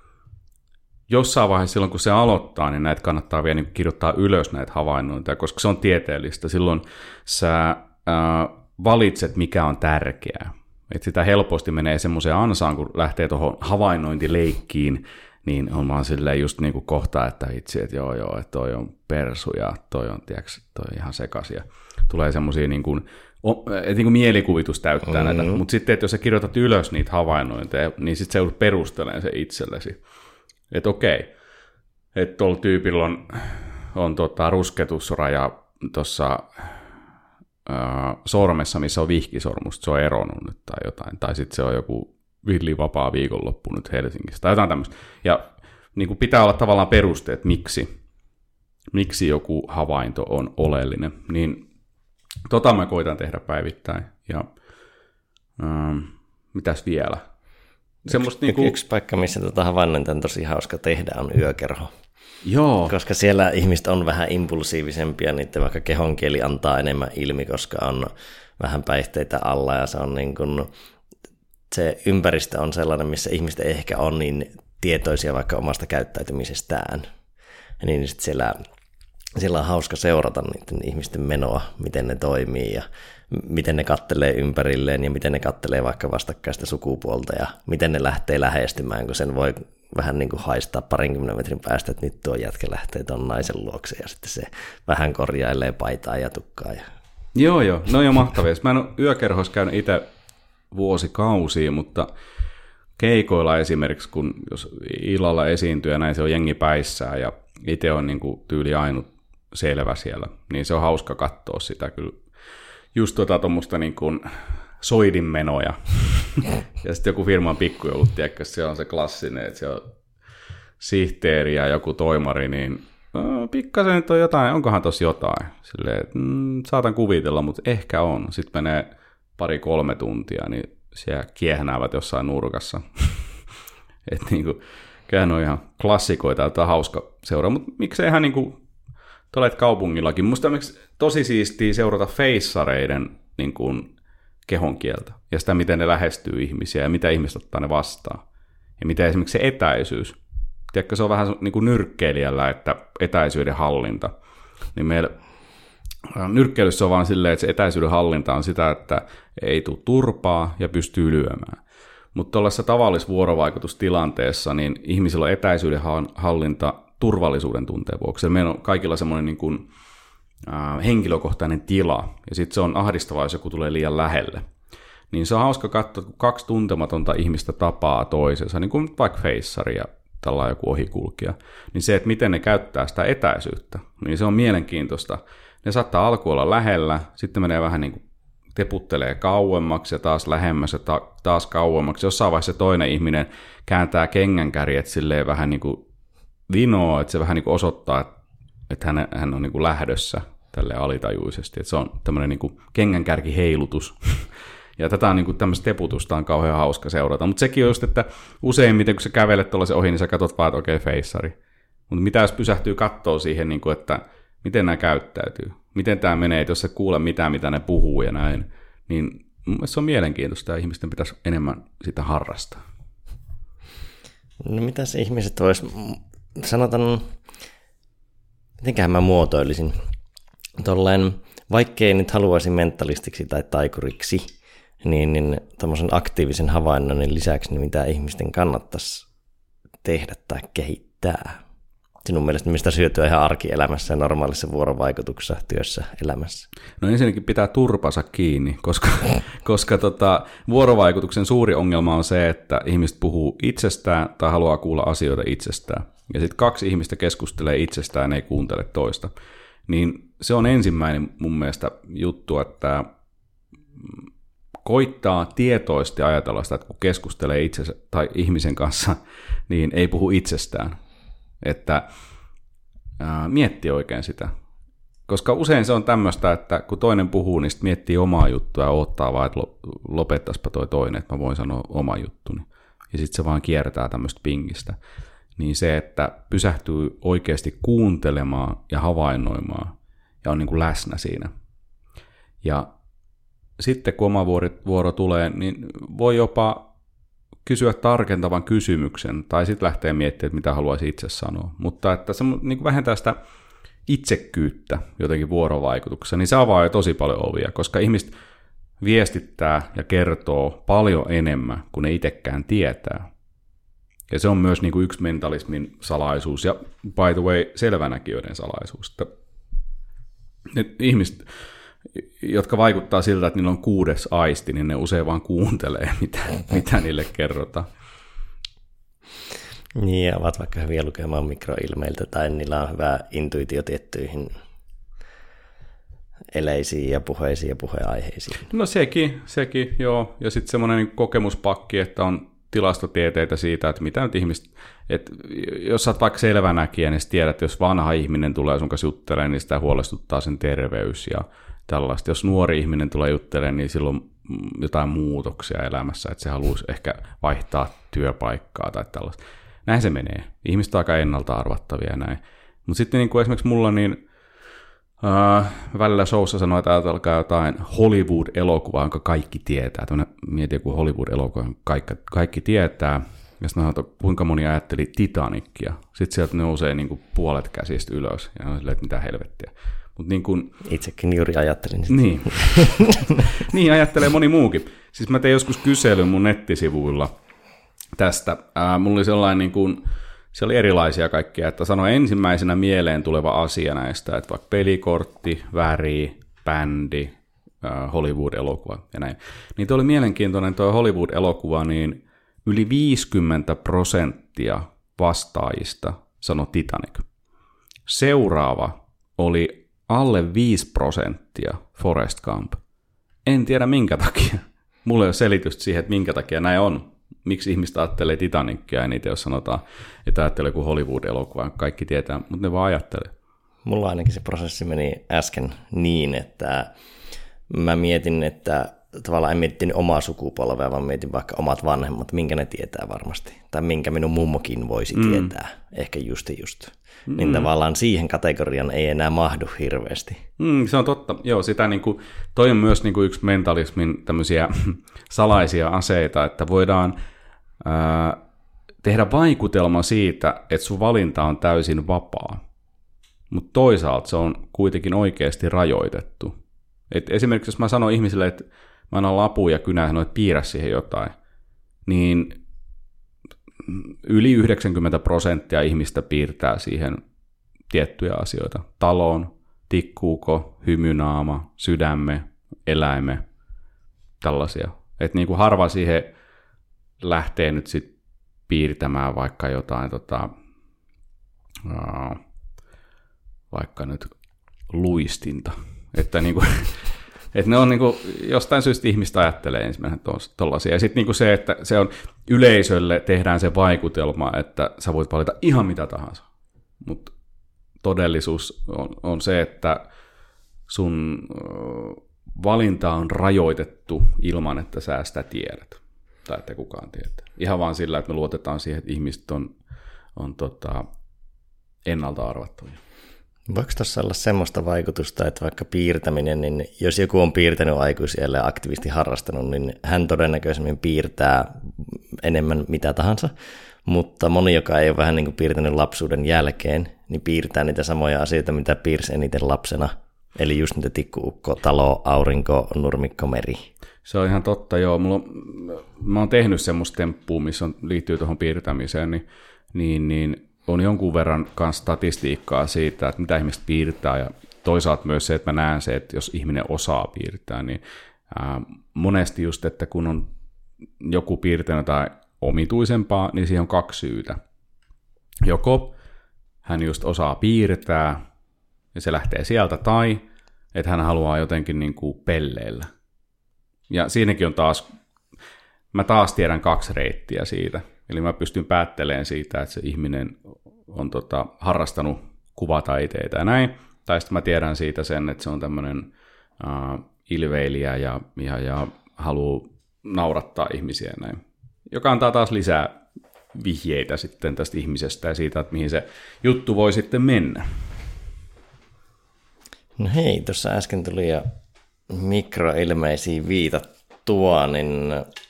Jossain vaiheessa silloin, kun se aloittaa, niin näitä kannattaa vielä niin kirjoittaa ylös näitä havainnointeja, koska se on tieteellistä. Silloin sä valitset, mikä on tärkeää. Et sitä helposti menee semmoiseen ansaan, kun lähtee tuohon havainnointileikkiin, niin on vaan silleen just niin kuin kohta, että itse, että joo, että toi on persu ja toi on, tiiäks, toi on ihan sekasia. Tulee semmoisia niin kuin, että niin kuin mielikuvitus täyttää näitä, mutta sitten, että jos sä kirjoitat ylös niitä havainnointeja, niin sitten sä joudut perustelemaan se itsellesi. Että okei, että tuolla tyypillä on rusketusraja tuossa sormessa, missä on vihkisormusta, se on eronnut nyt tai jotain, tai sitten se on joku villivapaa viikonloppu nyt Helsingissä, tai jotain tämmöistä. Ja niin kuin pitää olla tavallaan perusteet, miksi joku havainto on oleellinen, niin mä koitan tehdä päivittäin. Ja mitäs vielä? Yksi paikka, missä havainnointia on tosi hauska tehdä, on yökerho. Joo. Koska siellä ihmiset on vähän impulsiivisempia, niiden vaikka kehonkieli antaa enemmän ilmi, koska on vähän päihteitä alla ja se on niin kuin se ympäristö on sellainen, missä ihmiset ei ehkä ole niin tietoisia vaikka omasta käyttäytymisestään. Ja niin sitten siellä on hauska seurata niiden ihmisten menoa, miten ne toimii ja miten ne kattelee ympärilleen ja miten ne kattelee vaikka vastakkaista sukupuolta ja miten ne lähtee lähestymään, kun sen voi vähän niin kuin haistaa 20 metrin päästä, että nyt tuo jätkä lähtee tuon naisen luokse ja sitten se vähän korjailee paitaa ja tukkaa. Joo, ne on jo mahtavia. Mä en ole yökerhoissa käynyt itse vuosikausia, mutta keikoilla esimerkiksi, kun jos illalla esiintyy ja näin se on jengi päissään ja itse on niin kuin tyyli ainut selvä siellä, niin se on hauska katsoa sitä kyllä. Just tuommoista niin kuin soidinmenoja. Ja sitten joku firman pikkujoulut, tiedätkö, se on se klassinen, että se on sihteeri ja joku toimari, niin pikkasen nyt on jotain, onkohan tossa jotain. Silleen, saatan kuvitella, mutta ehkä on. Sitten menee 2-3 tuntia, niin siellä kiehnäävät jossain nurkassa. Että niinku, kyllähän on ihan klassikoita, että on hauska seuraa, mutta miksei ihan niinku olet kaupungillakin. Musta on tosi siistiä seurata feissareiden niin kuin kehonkieltä ja sitä, miten ne lähestyy ihmisiä ja mitä ihmiset ottaa ne vastaan. Ja mitä esimerkiksi se etäisyys. Tiedätkö, se on vähän niin kuin nyrkkeilijällä, että etäisyyden hallinta. Niin meillä nyrkkeilyssä on vaan silleen, että se etäisyyden hallinta on sitä, että ei tule turpaa ja pystyy lyömään. Mutta tuollaisessa tavallisessa vuorovaikutustilanteessa niin ihmisillä on etäisyyden hallinta turvallisuuden tunteen vuoksi. Meillä on kaikilla semmoinen niin kuin, henkilökohtainen tila, ja sitten se on ahdistavaa, jos joku tulee liian lähelle. Niin se on hauska katsoa, kun 2 tuntematonta ihmistä tapaa toisensa, niin kuin vaikka feissari ja tällainen joku ohikulkija, niin se, että miten ne käyttää sitä etäisyyttä, niin se on mielenkiintoista. Ne saattaa alkuun olla lähellä, sitten menee vähän niin kuin teputtelee kauemmaksi ja taas lähemmäs ja taas kauemmaksi. Jossain vaiheessa toinen ihminen kääntää kengänkärjet silleen vähän niin kuin vinoo, että se vähän niin kuin osoittaa, että hän on niin kuin lähdössä tälleen alitajuisesti. Että se on tämmöinen niin kuin kengänkärkiheilutus. Ja tätä on niin kuin tämmöistä teputusta on kauhean hauska seurata. Mutta sekin on just, että useimmiten kun sä kävelet tuollaisen ohi, niin sä katsot vaan, että okei, feissari. Mutta mitä jos pysähtyy kattoo siihen, niin kuin, että miten nämä käyttäytyy? Miten tämä menee, että jos sä kuule mitään, mitä ne puhuu ja näin, niin mun mielestä se on mielenkiintoista ja ihmisten pitäisi enemmän sitä harrastaa. No mitäs ihmiset vois, sanotaan, mitenköhän mä muotoilisin, tolleen, vaikkei nyt haluaisi mentalistiksi tai taikuriksi, niin tämmöisen aktiivisen havainnoinnin lisäksi, niin mitä ihmisten kannattaisi tehdä tai kehittää. Sinun mielestä mistä hyötyä ihan arkielämässä ja normaalissa vuorovaikutuksessa, työssä, elämässä? No ensinnäkin pitää turpansa kiinni, koska vuorovaikutuksen suuri ongelma on se, että ihmiset puhuu itsestään tai haluaa kuulla asioita itsestään. Ja sitten 2 ihmistä keskustelee itsestään, ei kuuntele toista. Niin se on ensimmäinen mun mielestä juttu, että koittaa tietoisesti ajatella sitä, että kun keskustelee itsensä tai ihmisen kanssa, niin ei puhu itsestään. Että miettii oikein sitä. Koska usein se on tämmöistä, että kun toinen puhuu, niin sitten miettii omaa juttua ja odottaa vaan, että lopettaisipa toi toinen, että mä voin sanoa oma juttuni. Ja sitten se vaan kiertää tämmöistä pingistä. Niin se, että pysähtyy oikeasti kuuntelemaan ja havainnoimaan ja on niin kuin läsnä siinä. Ja sitten kun oma vuoro tulee, niin voi jopa kysyä tarkentavan kysymyksen, tai sitten lähtee miettimään, että mitä haluaisi itse sanoa. Mutta että se niin kuin vähentää sitä itsekkyyttä jotenkin vuorovaikutuksessa, niin se avaa jo tosi paljon ovia, koska ihmiset viestittää ja kertoo paljon enemmän kuin ne itsekään tietää. Ja se on myös niin kuin yksi mentalismin salaisuus, ja by the way, selvänäkijöiden salaisuus. Että ihmiset, jotka vaikuttaa siltä, että niillä on 6. aisti, niin ne usein vaan kuuntelee, mitä niille kerrotaan. Niin, ja ovat vaikka hyviä lukemaan mikroilmeiltä, tai niillä on hyvä intuitio tiettyihin eleisiin ja puheisiin ja puheaiheisiin. No sekin, joo. Ja sitten semmoinen kokemuspakki, että on tilastotieteitä siitä, että mitä nyt ihmiset, että jos sä oot vaikka selvänäkijä, niin tiedät, että jos vanha ihminen tulee sun kanssa juttelemaan, niin sitä huolestuttaa sen terveys ja tällaista. Jos nuori ihminen tulee juttelemaan, niin silloin jotain muutoksia elämässä, että se haluaisi ehkä vaihtaa työpaikkaa tai tällaista. Näin se menee. Ihmiset on aika ennalta arvattavia ja näin. Mutta sitten niin kuin esimerkiksi mulla, niin Välillä showssa sanoo, että alkaa jotain Hollywood-elokuvaa, jonka kaikki tietää. Mietin joku Hollywood-elokuva, kaikki tietää. Ja sitten mä kuinka moni ajatteli Titanicia. Sitten sieltä nousee niin kuin puolet käsistä ylös. Ja on silleen, että mitä helvettiä. Mut niin kuin... Itsekin juuri ajattelin sitä. Niin. Niin ajattelee moni muukin. Siis mä tein joskus kyselyn mun nettisivuilla tästä. Mulla oli sellainen, niin kuin, se oli erilaisia kaikkia, että sano ensimmäisenä mieleen tuleva asia näistä, että vaikka pelikortti, väri, bändi, Hollywood-elokuva ja näin. Niin toi oli mielenkiintoinen tuo Hollywood-elokuva, niin yli 50% vastaajista sanoi Titanic. Seuraava oli alle 5% Forrest Gump. En tiedä minkä takia. Mulla ei ole selitystä siihen, että minkä takia näin on. Miksi ihmistä ajattelee Titanicia ja niitä, jos sanotaan, että ajattelee joku Hollywood-elokuva, kaikki tietää, mutta ne vaan ajattelee. Mulla ainakin se prosessi meni äsken niin, että mä mietin, että tavallaan en miettinyt omaa sukupolvea, vaan mietin vaikka omat vanhemmat, minkä ne tietää varmasti. Tai minkä minun mummokin voisi tietää, ehkä just. Niin tavallaan siihen kategorian ei enää mahdu hirveästi. Se on totta. Joo, sitä niinku, toi on myös niinku yksi mentalismin tämmöisiä salaisia aseita, että voidaan tehdä vaikutelma siitä, että sun valinta on täysin vapaa. Mutta toisaalta se on kuitenkin oikeasti rajoitettu. Et esimerkiksi jos mä sanon ihmisille, että mä annan lapun ja kynän sanoa, että piirrä siihen jotain, niin yli 90% ihmistä piirtää siihen tiettyjä asioita. Talon, tikkuuko, hymynaama, sydämme, eläime, tällaisia. Että niin kuin harva siihen lähtee nyt sit piirtämään vaikka jotain, vaikka nyt luistinta. Että niin kuin, että ne on niin kuin, jostain syystä ihmistä ajattelee ensimmäisenä tollaisia. Ja sitten niin se, että se on yleisölle tehdään se vaikutelma, että sä voit valita ihan mitä tahansa. Mutta todellisuus on se, että sun valinta on rajoitettu ilman, että sä sitä tiedät. Tai että kukaan tietää. Ihan vaan sillä, että me luotetaan siihen, että ihmiset on ennalta arvattavia. Voiko tuossa olla semmoista vaikutusta, että vaikka piirtäminen, niin jos joku on piirtänyt aikuisiällä ja aktiivisesti harrastanut, niin hän todennäköisemmin piirtää enemmän mitä tahansa, mutta moni, joka ei ole vähän niin kuin piirtänyt lapsuuden jälkeen, niin piirtää niitä samoja asioita, mitä piirsi eniten lapsena, eli just niitä tikkuukko, talo, aurinko, nurmikko, meri. Se on ihan totta, joo. Mä oon tehnyt semmoista temppua, missä liittyy tuohon piirtämiseen, niin on jonkun verran myös statistiikkaa siitä, että mitä ihmiset piirtää, ja toisaalta myös se, että mä näen se, että jos ihminen osaa piirtää, niin monesti just, että kun on joku piirtänyt jotain omituisempaa, niin siihen on kaksi syytä. Joko hän just osaa piirtää, ja se lähtee sieltä, tai että hän haluaa jotenkin niin kuin pelleillä. Ja siinäkin on mä taas tiedän kaksi reittiä siitä. Eli mä pystyn päättelemään siitä, että se ihminen on harrastanut kuvataiteita ja näin. Tai sitten mä tiedän siitä sen, että se on tämmöinen ilveilijä ja haluaa naurattaa ihmisiä ja näin. Joka antaa taas lisää vihjeitä sitten tästä ihmisestä ja siitä, että mihin se juttu voi sitten mennä. No hei, tuossa äsken tuli jo mikroilmeisiin viitattua, niin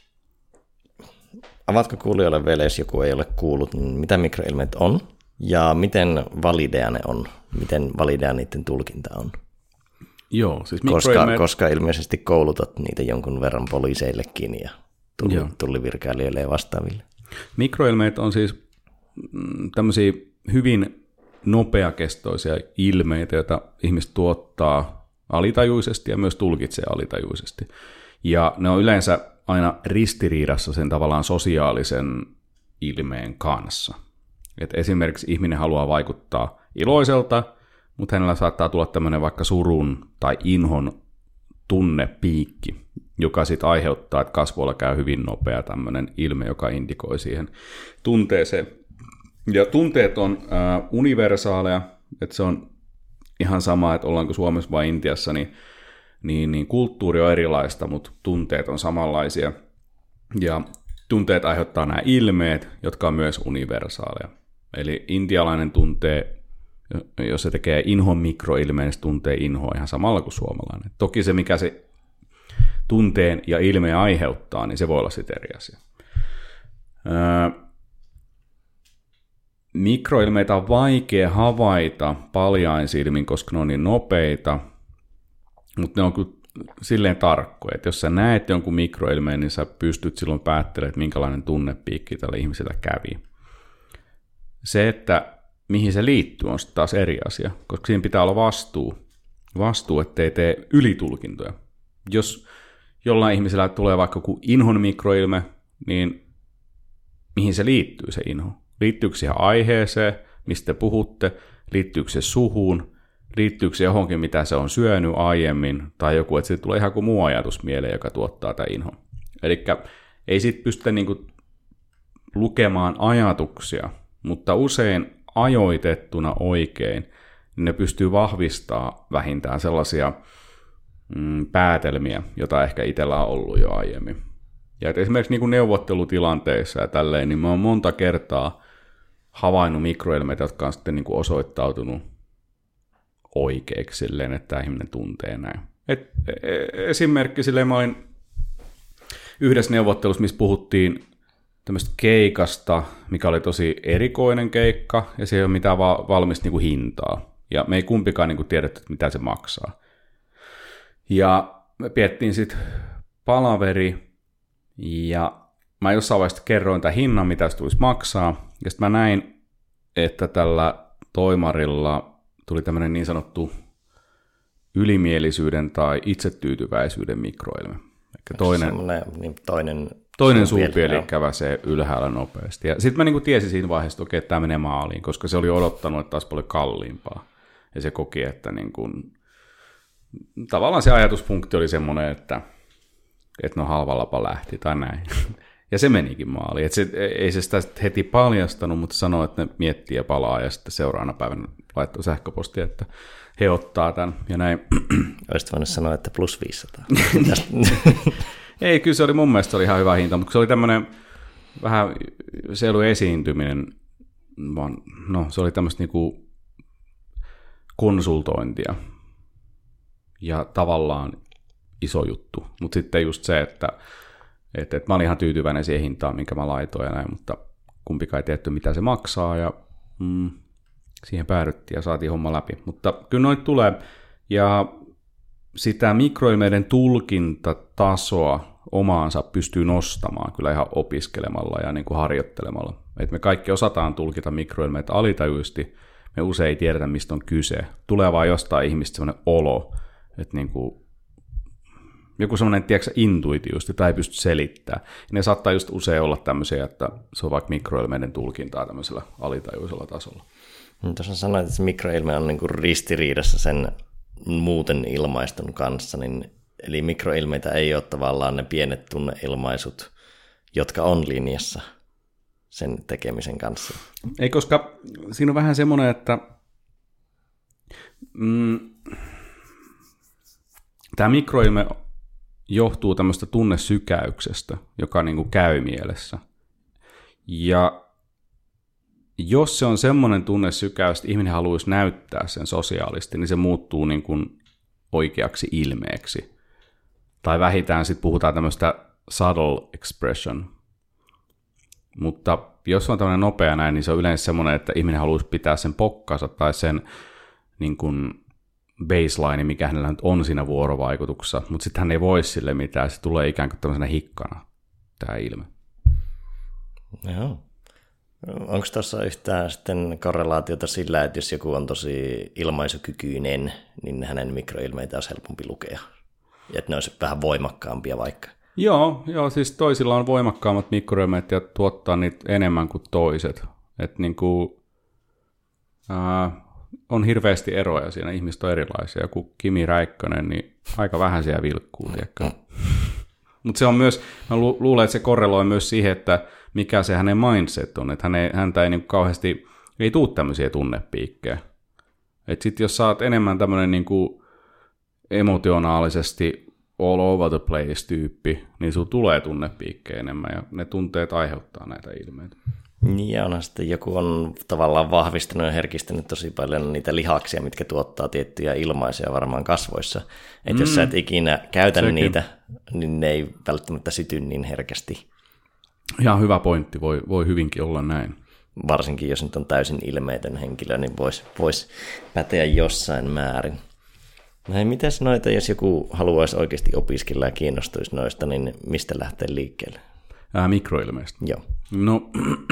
avatko kuulijoille vielä, jos joku ei ole kuullut, niin mitä mikroilmeet on ja miten valideja ne on, miten valideja niiden tulkinta on? Joo, siis koska ilmeisesti koulutat niitä jonkun verran poliiseillekin ja tullivirkailijoille ja vastaaville. Mikroilmeet on siis tämmöisiä hyvin nopeakestoisia ilmeitä, joita ihmiset tuottaa alitajuisesti ja myös tulkitsee alitajuisesti. Ja ne on yleensä aina ristiriidassa sen tavallaan sosiaalisen ilmeen kanssa. Et esimerkiksi ihminen haluaa vaikuttaa iloiselta, mutta hänellä saattaa tulla tämmöinen vaikka surun tai inhon tunnepiikki, joka sitten aiheuttaa, että kasvoilla käy hyvin nopea tämmöinen ilme, joka indikoi siihen tunteeseen. Ja tunteet on universaaleja, että se on ihan sama, että ollaanko Suomessa vai Intiassa, niin kulttuuri on erilaista, mutta tunteet on samanlaisia. Ja tunteet aiheuttaa nämä ilmeet, jotka on myös universaaleja. Eli intialainen tuntee jos se tekee inhon mikroilmeen, niin se tuntee inhoa ihan samalla kuin suomalainen. Toki se, mikä se tunteen ja ilmeen aiheuttaa, niin se voi olla sitten eri asia. Mikroilmeitä on vaikea havaita paljain silmin, koska ne on niin nopeita, mutta ne on kyllä silleen tarkkoja, että jos sä näet jonkun mikroilmeen, niin sä pystyt silloin päättelemään, että minkälainen tunnepiikki tällä ihmisellä kävi. Se, että mihin se liittyy, on sitten taas eri asia, koska siinä pitää olla vastuu, ettei tee ylitulkintoja. Jos jollain ihmisellä tulee vaikka joku inhon mikroilme, niin mihin se liittyy se inho? Liittyykö siihen aiheeseen, mistä te puhutte? Liittyykö se suhuun? Liittyykö se johonkin, mitä se on syönyt aiemmin? Tai joku, että siitä tulee ihan kuin muu ajatus mieleen, joka tuottaa tämä inho. Eli ei siitä pystytä niinku lukemaan ajatuksia, mutta usein ajoitettuna oikein, niin ne pystyy vahvistamaan vähintään sellaisia päätelmiä, joita ehkä itsellä on ollut jo aiemmin. Ja esimerkiksi niin kuin neuvottelutilanteissa ja tälleen, niin mä oon monta kertaa havainnut mikroilmeitä, jotka on sitten niin kuin osoittautunut oikeiksi silleen, että tämä ihminen tuntee näin. Esimerkki silleen, mä olin yhdessä neuvottelussa, missä puhuttiin tämmöistä keikasta, mikä oli tosi erikoinen keikka, ja se ei ole mitään valmista niin kuin hintaa. Ja me ei kumpikaan niin kuin tiedetty, mitä se maksaa. Ja me piettiin sitten palaveri, ja mä jossain vaiheessa kerroin tämän hinnan, mitä se tulisi maksaa, ja sitten mä näin, että tällä toimarilla tuli tämmöinen niin sanottu ylimielisyyden tai itsetyytyväisyyden mikroilme. Toinen suupieli käväsee ylhäällä nopeasti. Ja sitten mä niinku tiesin siinä vaiheessa, että okei, tämä menee maaliin, koska se oli odottanut, että taas paljon kalliimpaa. Ja se koki, että niinku, tavallaan se ajatuspunkti oli semmoinen, että no halvallapa lähti tai näin. Ja se menikin maaliin. Et ei se sitä heti paljastanut, mutta sanoi, että ne miettii ja palaa, ja sitten seuraavana päivänä laittoi sähköpostia, että he ottaa tämän ja näin. Olisit voinut sanoa, että plus 500. Ei, kyllä se oli mun mielestä oli ihan hyvä hinta, mutta se oli tämmöinen vähän, se ei ollut esiintyminen, vaan no se oli tämmöistä niinku konsultointia ja tavallaan iso juttu, mutta sitten just se, että mä olin ihan tyytyväinen siihen hintaan, minkä mä laitoin ja näin, mutta kumpikaan ei tiedetty, mitä se maksaa ja siihen päädyttiin ja saatiin homma läpi, mutta kyllä noita tulee ja sitä mikroilmeiden tulkintatasoa omaansa pystyy nostamaan kyllä ihan opiskelemalla ja niin kuin harjoittelemalla. Et me kaikki osataan tulkita mikroilmeitä alitajuisesti, me usein ei tiedetä, mistä on kyse. Tulee vaan jostain ihmistä sellainen olo, että niin kuin joku sellainen, tiedätkö, intuitiivisesti tai ei pysty selittämään. Ne saattaa just usein olla tämmöisiä, että se on vaikka mikroilmeiden tulkintaa tämmöisellä alitajuisella tasolla. Tuossa sanoit, että se mikroilme on niin kuin ristiriidassa sen muuten ilmaistun kanssa, niin, eli mikroilmeitä ei ole tavallaan ne pienet tunneilmaisut, jotka on linjassa sen tekemisen kanssa. Ei, koska siinä on vähän semmoinen, että tämä mikroilme johtuu tämmöistä tunnesykäyksestä, joka niin kuin käy mielessä. Ja jos se on semmoinen tunnesykäys, että ihminen haluaisi näyttää sen sosiaalisesti, niin se muuttuu niin kuin oikeaksi ilmeeksi. Tai vähintään sitten puhutaan tämmöistä subtle expression. Mutta jos on tämmöinen nopea näin, niin se on yleensä semmoinen, että ihminen haluaisi pitää sen pokkansa tai sen niin kuin baseline, mikä hänellä nyt on siinä vuorovaikutuksessa, mutta sitten hän ei voi sille mitään, se tulee ikään kuin tämmöisenä hikkana, tämä ilme. Joo. Onko tuossa yhtään sitten korrelaatiota sillä, että jos joku on tosi ilmaisukykyinen, niin hänen mikroilmeitä olisi helpompi lukea? Ja että ne olisi vähän voimakkaampia vaikka? Joo, siis toisilla on voimakkaammat mikroilmeet ja tuottaa niitä enemmän kuin toiset. Että niinku, on hirveästi eroja siinä, ihmiset on erilaisia. Joku Kimi Räikkönen, niin aika vähän siellä vilkkuu. Mutta se on myös, mä luulen, että se korreloi myös siihen, että mikä se hänen mindset on, että häntä ei niin kauheasti, ei tule tämmöisiä tunnepiikkejä. Että sitten jos sä oot enemmän tämmöinen niin emotionaalisesti all over the place -tyyppi, niin sulla tulee tunnepiikkejä enemmän, ja ne tunteet aiheuttaa näitä ilmeitä. Ja onhan sitten joku on tavallaan vahvistunut ja herkistänyt tosi paljon niitä lihaksia, mitkä tuottaa tiettyjä ilmaisia varmaan kasvoissa. Että jos sä et ikinä käytä niitä, niin ne ei välttämättä syty niin herkästi. Ihan hyvä pointti, voi hyvinkin olla näin. Varsinkin jos nyt on täysin ilmeetön henkilö, niin voisi päteä jossain määrin. No hei, mitäs noita, jos joku haluaisi oikeasti opiskella ja kiinnostuisi noista, niin mistä lähtee liikkeelle? Mikroilmeistä. Joo. No,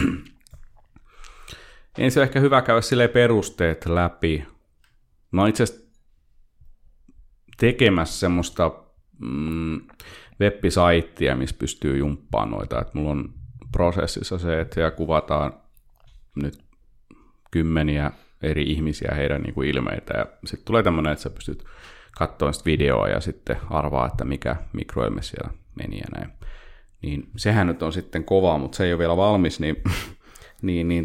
ensin on ehkä hyvä käydä silleen perusteet läpi. Mä oon itse asiassa tekemässä semmoista web-saittia, missä pystyy jumppaamaan noita. Et mulla on prosessissa se, että siellä kuvataan nyt 10 eri ihmisiä heidän niin kuin ilmeitä. Ja sitten tulee tämmöinen, että sä pystyt katsomaan sitä videoa ja sitten arvaa, että mikä mikroilme siellä meni ja näin. Niin sehän nyt on sitten kovaa, mutta se ei ole vielä valmis, niin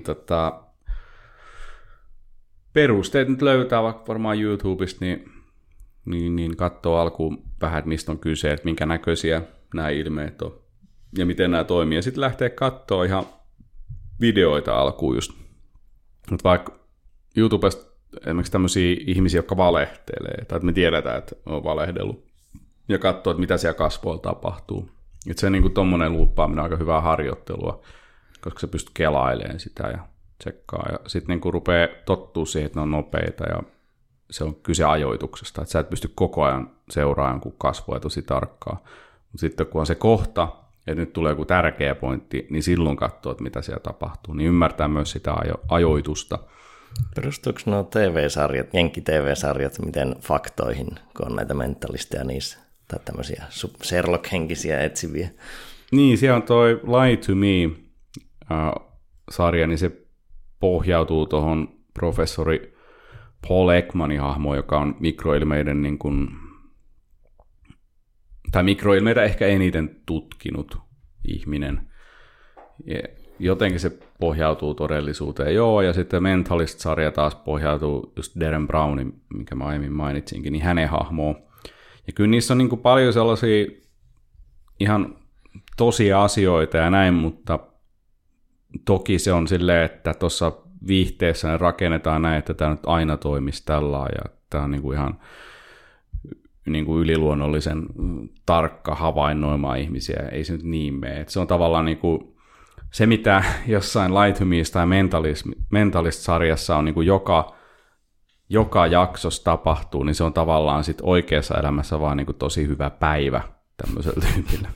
perusteet nyt löytää vaikka varmaan YouTubesta, niin katsoo alkuun vähän, että mistä on kyse, että minkä näköisiä nämä ilmeet on ja miten nämä toimii. Ja sitten lähtee katsoa ihan videoita alkuun just. Mutta vaikka YouTubesta esimerkiksi tämmöisiä ihmisiä, jotka valehtelee, tai että me tiedetään, että on valehdellut, ja katsoo, että mitä siellä kasvoilla tapahtuu. Että se niin tuommoinen luuppaaminen on aika hyvää harjoittelua, koska sä pystyt kelailemaan sitä ja tsekkaa. Ja sitten niin rupeaa tottua siihen, että ne on nopeita ja se on kyse ajoituksesta. Että sä et pysty koko ajan seuraamaan kun kasvoja tosi tarkkaa. Mutta sitten kun on se kohta, että nyt tulee joku tärkeä pointti, niin silloin katsoo, että mitä siellä tapahtuu. Niin ymmärtää myös sitä ajoitusta. Perustuuko nuo TV-sarjat, jenkki-TV-sarjat, miten faktoihin, kun on näitä mentalisteja niissä, tai tämmöisiä Sherlock-henkisiä etsiviä? Niin, siellä on toi Lie to Me-sarja, niin se pohjautuu tuohon professori Paul Ekmanin hahmoon, joka on mikroilmeiden niin kuin, tai mikroilmeitä ehkä eniten tutkinut ihminen. Ja jotenkin se pohjautuu todellisuuteen. Joo, ja sitten Mentalist-sarja taas pohjautuu just Derren Brownin, minkä mä aiemmin mainitsinkin, niin hänen hahmoon. Ja kyllä niissä on niin kuin paljon sellaisia ihan tosia asioita ja näin, mutta toki se on silleen, että tuossa viihteessä ne rakennetaan näin, että tämä nyt aina toimisi tällä ja tämä on niin kuin ihan niin kuin yliluonnollisen tarkka havainnoimaan ihmisiä. Ei se nyt niin mene. Se on tavallaan niin kuin se, mitä jossain Lie to Me tai Mentalist-sarjassa on niin kuin joka jaksossa tapahtuu, niin se on tavallaan sit oikeassa elämässä vaan niin kuin tosi hyvä päivä tämmöisellä tyypillä.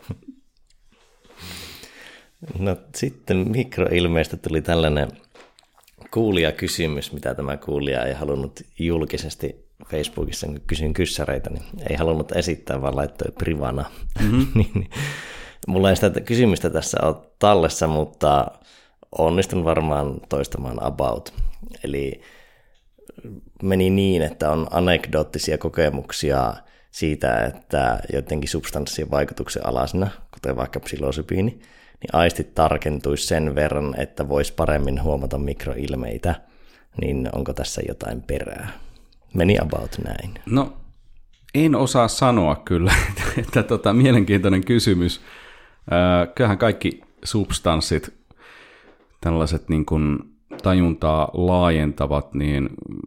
No sitten mikroilmeistä tuli tällainen kuulijakysymys, mitä tämä kuulija ei halunnut julkisesti Facebookissa, kun kysyin kyssäreitä, niin ei halunnut esittää, vaan laittoi privana. Niin, mulla ei sitä kysymystä tässä ole tallessa, mutta onnistun varmaan toistamaan about. Eli meni niin, että on anekdoottisia kokemuksia siitä, että jotenkin substanssien vaikutuksen alasena, kuten vaikka psilosybiini, niin aistit tarkentuisi sen verran, että voisi paremmin huomata mikroilmeitä, niin onko tässä jotain perää? Meni about näin. No, en osaa sanoa kyllä, että mielenkiintoinen kysymys. Kyllähän kaikki substanssit, tällaiset niin kuin tajuntaa laajentavat, niin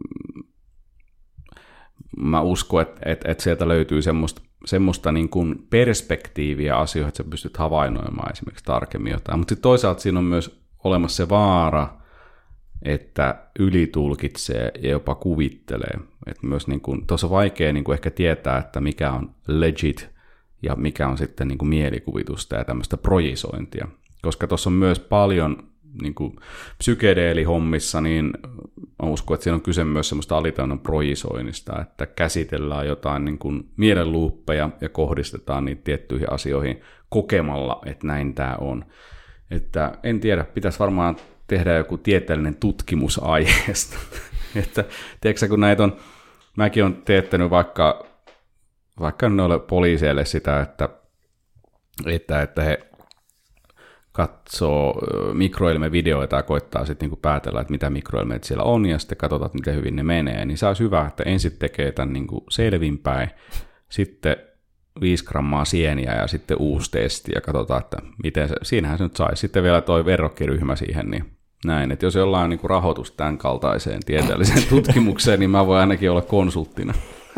mä uskon, että sieltä löytyy semmoista niin kuin perspektiiviä asioihin, että sä pystyt havainnoimaan esimerkiksi tarkemmin jotain. Mutta sitten toisaalta siinä on myös olemassa se vaara, että ylitulkitsee ja jopa kuvittelee. Että myös niin kuin, tuossa on vaikea niin kuin ehkä tietää, että mikä on legit ja mikä on sitten niin kuin mielikuvitusta ja tämmöistä projisointia. Koska tuossa on myös paljon niin kuin psykedeelihommissa, niin mä uskon, että siinä on kyse myös semmoista alitajunnan projisoinnista, että käsitellään jotain niin kuin mielenluuppeja ja kohdistetaan niitä tiettyihin asioihin kokemalla, että näin tämä on. Että en tiedä, pitäisi varmaan tehdä joku tieteellinen tutkimus aiheesta. Että tiedätkö kun näitä on, mäkin olen teettänyt vaikka noille poliiseille sitä, että he katsoo mikroilmevideoita ja koittaa sitten niinku päätellä, että mitä mikroilmeitä siellä on, ja sitten katsotaan, että miten hyvin ne menee. Niin se olisi hyvä, että ensin tekee tämän niinku selvinpäin, sitten 5 grammaa sieniä ja sitten uusi testi ja katsotaan, että miten se, siinähän se nyt saisi. Sitten vielä toi verrokkiryhmä siihen, niin näin, että jos jollain on niin kuin rahoitus tämän kaltaiseen tieteelliseen tutkimukseen, niin mä voin ainakin olla konsulttina.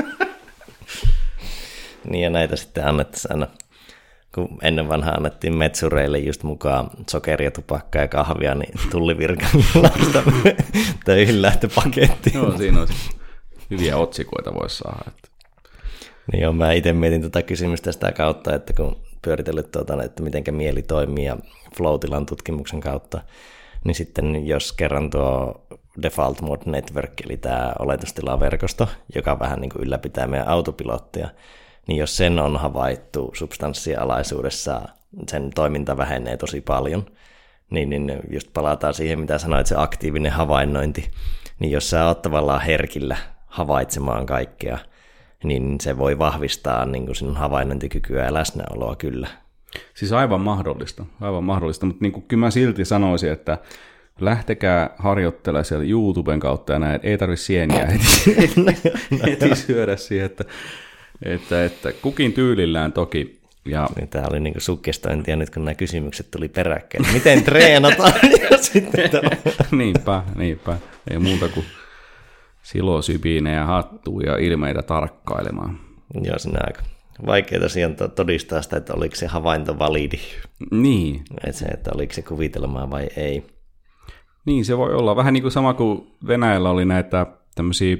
Niin ja näitä sitten annettaisiin aina, kun ennen vanhaa annettiin metsureille just mukaan sokeria, tupakkaa ja kahvia, niin tullivirkamilasta töihin lähtöpaketti. Joo, siinä olisi hyviä otsikoita voisi saada. Että. Niin joo, mä itse mietin tuota kysymystä sitä kautta, että kun pyöritellyt että miten mieli toimii ja Flow-tilan tutkimuksen kautta, niin sitten jos kerran tuo Default Mode Network, eli tämä oletustilaverkosto, joka vähän niin kuin ylläpitää meidän autopilottia, niin jos sen on havaittu substanssien alaisuudessa, sen toiminta vähenee tosi paljon, niin just palataan siihen, mitä sanoit, se aktiivinen havainnointi, niin jos sä oot tavallaan herkillä havaitsemaan kaikkea, niin se voi vahvistaa niin kuin sinun havainnointikykyä ja läsnäoloa kyllä. Siis aivan mahdollista, mutta niin kuin, kyllä mä silti sanoisin, että lähtekää harjoittelemaan siellä YouTuben kautta ja näin, ei tarvitse sieniä heti syödä siihen, että kukin tyylillään toki. Ja tämä oli niinku suggestointia nyt, kun nämä kysymykset tuli peräkkäin. Miten treenataan? Ja sitten niinpä. Ei muuta kuin silosybiinejä, hattua ja ilmeitä tarkkailemaan. Joo, siinä aika vaikea tosiaan todistaa sitä, että oliko se havainto validi. Niin. Että oliko se kuvitelmaa vai ei. Niin, se voi olla. Vähän niin kuin sama kuin Venäjällä oli näitä tämmöisiä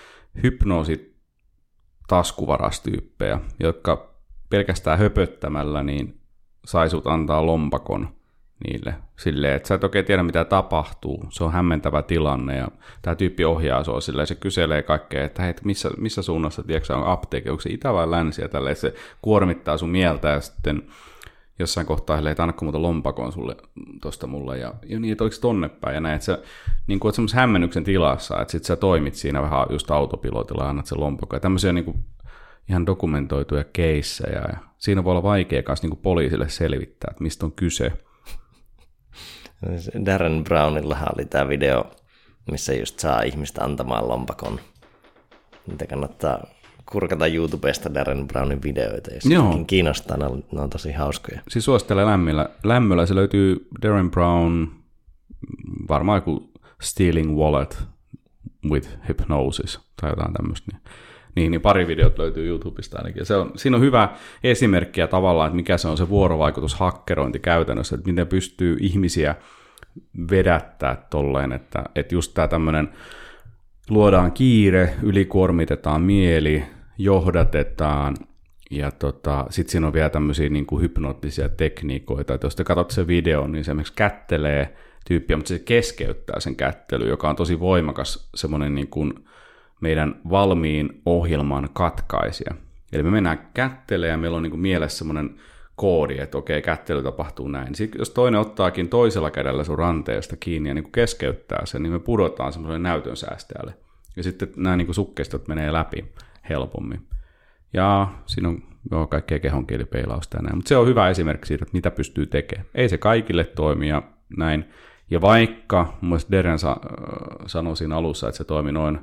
hypnoositaskuvaraistyyppejä, jotka pelkästään höpöttämällä niin sai sut antaa lompakon niille silleen, että sä et oikein tiedä mitä tapahtuu. Se on hämmentävä tilanne ja tämä tyyppi ohjaa sua silleen, se kyselee kaikkea, että hei, missä suunnassa tiedätkö, on apteekki, onko se itä vai länsi ja tälleen, se kuormittaa sun mieltä ja sitten jossain kohtaa silleen, että annakko muuta lompakon sulle tosta mulle ja niin, että oliko se tonne päin ja näin, että sä niin oot semmoisen hämmennyksen tilassa, että sit sä toimit siinä vähän just autopilotilla ja annat sen lompakon ja tämmöisiä niin kuin ihan dokumentoituja keissejä ja siinä voi olla vaikea kanssa niin kuin poliisille selvittää, että mistä on kyse. Darren Brownillahan oli tämä video, missä just saa ihmistä antamaan lompakon. Niitä kannattaa kurkata YouTubesta Darren Brownin videoita, jos kiinnostaa, ne on tosi hauskoja. Siis suosittelen lämmöllä, se löytyy Darren Brown, varmaan joku Stealing Wallet with Hypnosis tai jotain tämmöistä. Niin pari videot löytyy YouTubesta ainakin. Siinä on hyvä esimerkkiä tavallaan, että mikä se on se vuorovaikutus hakkerointi käytännössä, että miten pystyy ihmisiä vedättää tolleen, että just tämä tämmöinen luodaan kiire, ylikuormitetaan mieli, johdatetaan ja sitten siinä on vielä tämmöisiä niin kuin hypnoottisia tekniikoita, että jos te katsotte sen videon, niin se esimerkiksi kättelee tyyppiä, mutta se keskeyttää sen kättely, joka on tosi voimakas semmoinen niin kuin meidän valmiin ohjelman katkaisija. Eli me mennään kättelemään ja meillä on niin kuin mielessä semmoinen koodi, että okei, kättely tapahtuu näin. Sitten jos toinen ottaakin toisella kädellä sun ranteesta kiinni ja niin kuin keskeyttää sen, niin me pudotaan semmoiselle näytön säästäjälle. Ja sitten nämä niin kuin sukkestot menee läpi helpommin. Ja siinä on kaikkea kehonkielipeilausta ja näin. Mutta se on hyvä esimerkki siitä, että mitä pystyy tekemään. Ei se kaikille toimi ja näin. Ja vaikka, mun mielestä Deren sanoi siinä alussa, että se toimi noin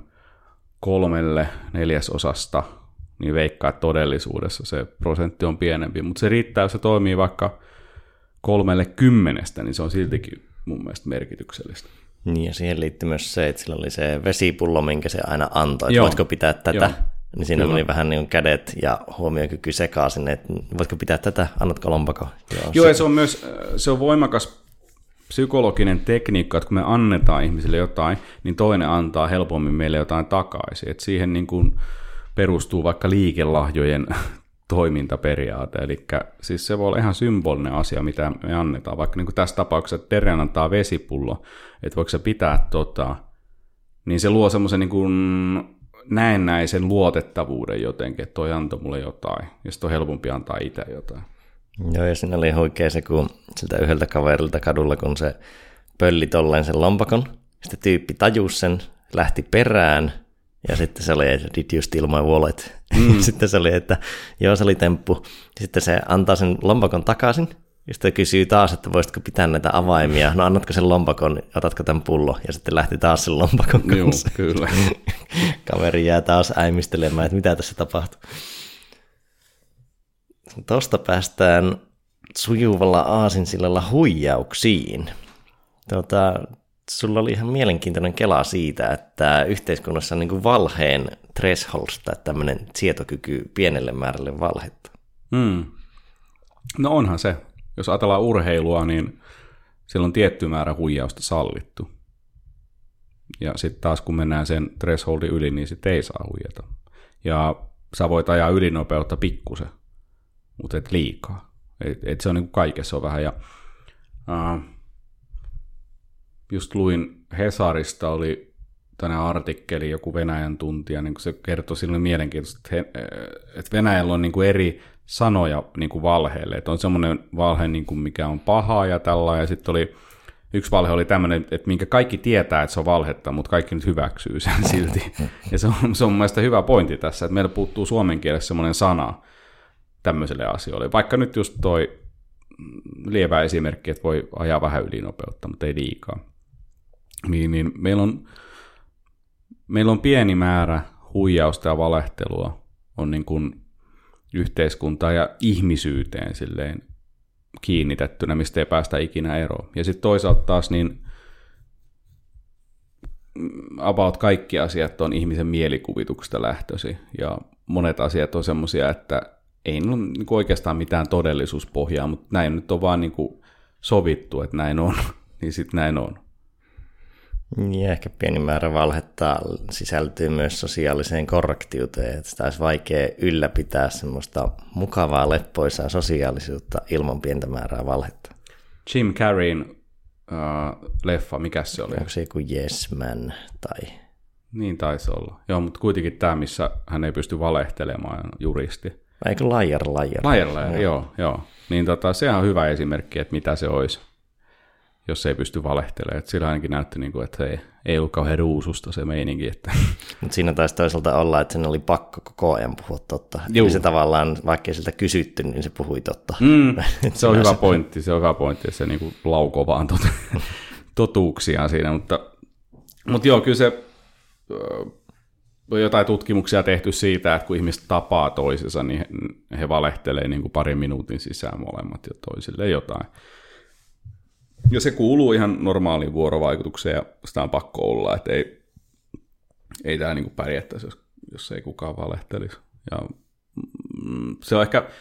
3/4, niin veikkaa, että todellisuudessa se prosentti on pienempi, mutta se riittää, jos se toimii vaikka 3/10, niin se on siltikin mun mielestä merkityksellistä. Niin ja siihen liittyy myös se, että sillä oli se vesipullo, minkä se aina antoi, että voitko pitää tätä, joo. Niin siinä oli vähän niin kädet ja huomiokyky sekaisin, että voitko pitää tätä, annatko lompako? Joo, ja se on voimakas psykologinen tekniikka, että kun me annetaan ihmisille jotain, niin toinen antaa helpommin meille jotain takaisin. Et siihen niin kuin perustuu vaikka liikelahjojen toimintaperiaate. Eli siis se voi olla ihan symbolinen asia, mitä me annetaan. Vaikka niin kuin tässä tapauksessa Deren antaa vesipullo, että voiko se pitää niin se luo semmoisen niin kuin näennäisen luotettavuuden jotenkin, että toi antoi mulle jotain, ja sitten on helpompi antaa itse jotain. Joo, ja siinä oli huikea se, kun siltä yhdeltä kaverilta kadulla, kun se pölli tolleen sen lompakon, sitten tyyppi tajusi sen, lähti perään, ja sitten se oli, että did you steal my wallet? Sitten se oli, että joo, se oli temppu. Sitten se antaa sen lompakon takaisin, ja sitten kysyy taas, että voisitko pitää näitä avaimia. No annatko sen lompakon, otatko tämän pullo? Ja sitten lähti taas sen lompakon kanssa. Joo, kyllä. Kaveri jää taas äimistelemään, että mitä tässä tapahtuu. Tuosta päästään sujuvalla aasinsillalla huijauksiin. Sulla oli ihan mielenkiintoinen kela siitä, että yhteiskunnassa on niin kuin valheen thresholds tai tämmöinen sietokyky pienelle määrälle valhetta. No onhan se. Jos ajatellaan urheilua, niin siellä on tietty määrä huijausta sallittu. Ja sitten taas kun mennään sen thresholdin yli, niin sitten ei saa huijata. Ja sä voit ajaa ylinopeutta pikkusen, mutta et liikaa. Et se on niin kuin kaikessa on vähän. Ja, just luin Hesarista, oli tänä artikkeli joku Venäjän tuntija, niin se kertoi silloin mielenkiintoista, että Venäjällä on niin kuin eri sanoja niin kuin valheelle. Että on semmoinen valhe, niin kuin mikä on paha ja tällainen, ja sitten oli yksi valhe oli tämmöinen, että minkä kaikki tietää, että se on valhetta, mutta kaikki nyt hyväksyy sen silti. Ja se on mun mielestä hyvä pointti tässä, että meillä puuttuu suomen kielessä semmoinen sana tämmöiselle asioille. Vaikka nyt just toi lievä esimerkki, että voi ajaa vähän ylinopeutta, mutta ei liikaa. Niin meillä on pieni määrä huijausta ja valehtelua on niin kuin yhteiskuntaa ja ihmisyyteen silleen kiinnitettynä, mistä ei päästä ikinä eroon. Ja sitten toisaalta taas niin about kaikki asiat on ihmisen mielikuvituksesta lähtöisin. Ja monet asiat on semmoisia, että ei ole niin oikeastaan mitään todellisuuspohjaa, mutta näin nyt on vaan niin kuin sovittu, että näin on, niin sitten näin on. Ja ehkä pieni määrä valhetta sisältyy myös sosiaaliseen korrektiuteen, että sitä olisi vaikea ylläpitää semmoista mukavaa, leppoisaa sosiaalisuutta ilman pientä määrää valhetta. Jim Carreyn leffa, mikä se oli? Onko se joku Yes Man tai... Niin taisi olla. Joo, mutta kuitenkin tämä, missä hän ei pysty valehtelemaan, juristi. Eikö Liar? Liar, joo. Niin sehän on hyvä esimerkki, että mitä se olisi, jos ei pysty valehtelemaan. Että sillä ainakin näytti, että ei ollut kauhean ruususta se meininki. Että... Mutta siinä taisi toisaalta olla, että sen oli pakko koko ajan puhua totta. Eli se tavallaan, vaikka ei siltä kysytty, niin se puhui totta. Se on hyvä pointti, että se niin laukoo vaan totuuksia siinä. Mutta joo, kyllä se... jotain tutkimuksia tehty siitä, että kun ihmiset tapaa toisensa, niin he valehtelee niin kuin parin minuutin sisään molemmat ja toisilleen jotain. Ja se kuuluu ihan normaaliin vuorovaikutukseen, ja sitä on pakko olla, että ei tämä niin kuin pärjättäisi, jos ei kukaan valehtelisi. Ja se on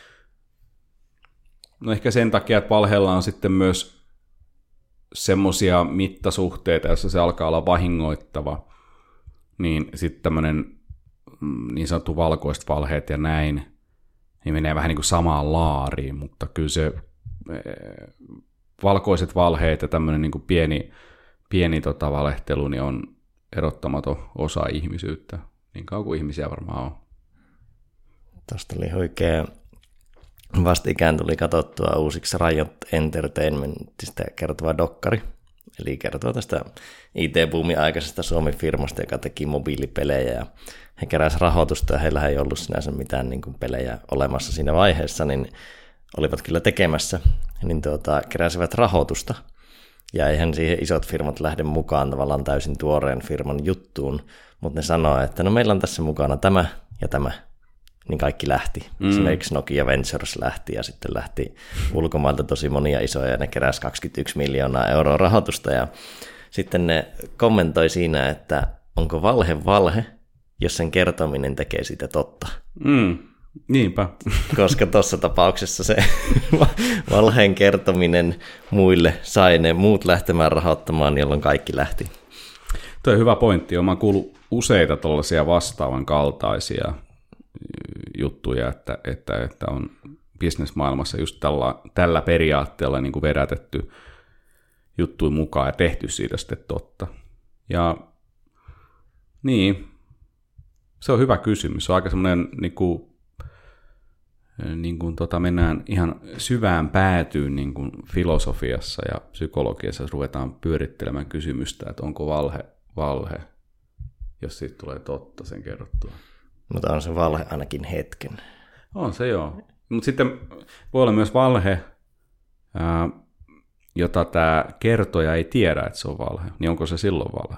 ehkä sen takia, että valheella on sitten myös semmoisia mittasuhteita, joissa se alkaa olla vahingoittava, niin sitten tämmöinen niin sanottu valkoiset valheet ja näin, niin menee vähän niin kuin samaan laariin, mutta kyllä se valkoiset valheet ja tämmöinen niin kuin pieni valehtelu niin on erottamaton osa ihmisyyttä, niin kauan kuin ihmisiä varmaan on. Tuosta oli oikein vastikään tuli katsottua uusiksi Riot Entertainmentista kertova dokkari. Eli kertoo tästä IT-boomin aikaisesta Suomi-firmasta, joka teki mobiilipelejä, ja he keräsivät rahoitusta, ja heillä ei ollut sinänsä mitään niin kuin pelejä olemassa siinä vaiheessa, niin olivat kyllä tekemässä, niin keräsivät rahoitusta, ja eihän siihen isot firmat lähde mukaan tavallaan täysin tuoreen firman juttuun, mutta ne sanoo, että no meillä on tässä mukana tämä ja tämä, niin kaikki lähti. Esimerkiksi Nokia Ventures lähti, ja sitten lähti ulkomailta tosi monia isoja, ja ne keräsi 21 miljoonaa euroa rahoitusta, ja sitten ne kommentoi siinä, että onko valhe, jos sen kertominen tekee siitä totta. Niinpä. Koska tuossa tapauksessa se valheen kertominen muille sai ne muut lähtemään rahoittamaan, jolloin kaikki lähti. Tuo on hyvä pointti. Olen kuullut useita tuollaisia vastaavan kaltaisia juttuja, että on bisnesmaailmassa just tällä periaatteella niin kuin vedätetty juttuja mukaan ja tehty siitä sitten totta. Ja niin, se on hyvä kysymys. Se on aika semmoinen, niin kuin mennään ihan syvään päätyyn niin kuin filosofiassa ja psykologiassa, jos ruvetaan pyörittelemään kysymystä, että onko valhe, jos siitä tulee totta sen kerrottua. Mutta on se valhe ainakin hetken. On se joo. Mutta sitten voi olla myös valhe, jota tämä kertoja ei tiedä, että se on valhe. Niin onko se silloin valhe?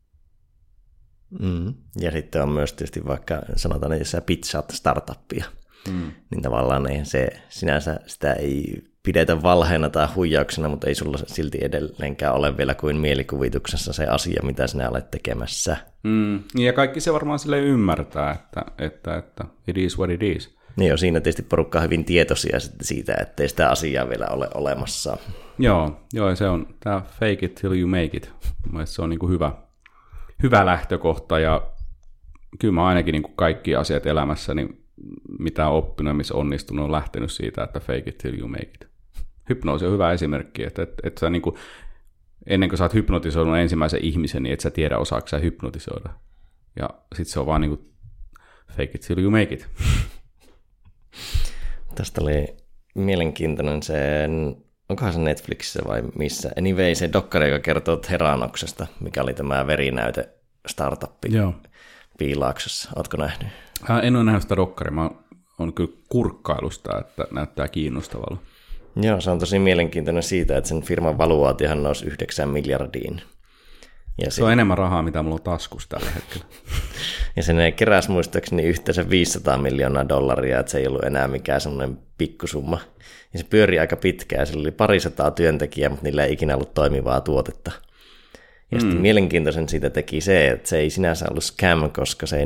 Ja sitten on myös tietysti vaikka sanotaan, että jos sä pitchaat startuppia, Niin tavallaan eihän se sinänsä sitä ei pidetä valheena tai huijauksena, mutta ei sulla silti edelleenkään ole vielä kuin mielikuvituksessa se asia, mitä sinä olet tekemässä. Ja kaikki se varmaan silleen ymmärtää, että it is what it is. Niin jo, siinä tietysti porukka on hyvin tietoisia siitä, ettei sitä asiaa vielä ole olemassa. Joo, se on tämä fake it till you make it. Mielestäni se on niin kuin hyvä lähtökohta, ja kyllä mä ainakin niin kuin kaikki asiat elämässäni, mitä on oppinut ja missä onnistunut, on lähtenyt siitä, että fake it till you make it. Hypnoosi on hyvä esimerkki, että sä niin kuin, ennen kuin sä oot hypnotisoinut ensimmäisen ihmisen, niin et sä tiedä, osaako sä hypnotisoida. Ja sit se on vaan niin kuin fake it till you make it. Tästä oli mielenkiintoinen onkohan se Netflixissä vai missä? Anyway, se dokkari, joka kertoo Teranoksesta, mikä oli tämä verinäyte startuppi Piilaaksossa. Ootko nähnyt? En ole nähnyt sitä dokkaria. Mä oon kyllä kurkkailusta, että näyttää kiinnostavalla. Joo, se on tosi mielenkiintoinen siitä, että sen firman valuaatiohan nousi 9 miljardiin. Ja se on enemmän rahaa, mitä mulla on taskussa tällä hetkellä. Ja sen keräsi muistaakseni yhteensä $500 miljoonaa, että se ei ollut enää mikään semmoinen pikkusumma. Ja se pyöri aika pitkään, sillä oli 200 työntekijää, mutta niillä ei ikinä ollut toimivaa tuotetta. Ja sitten mielenkiintoisen siitä teki se, että se ei sinänsä ollut scam, koska se ei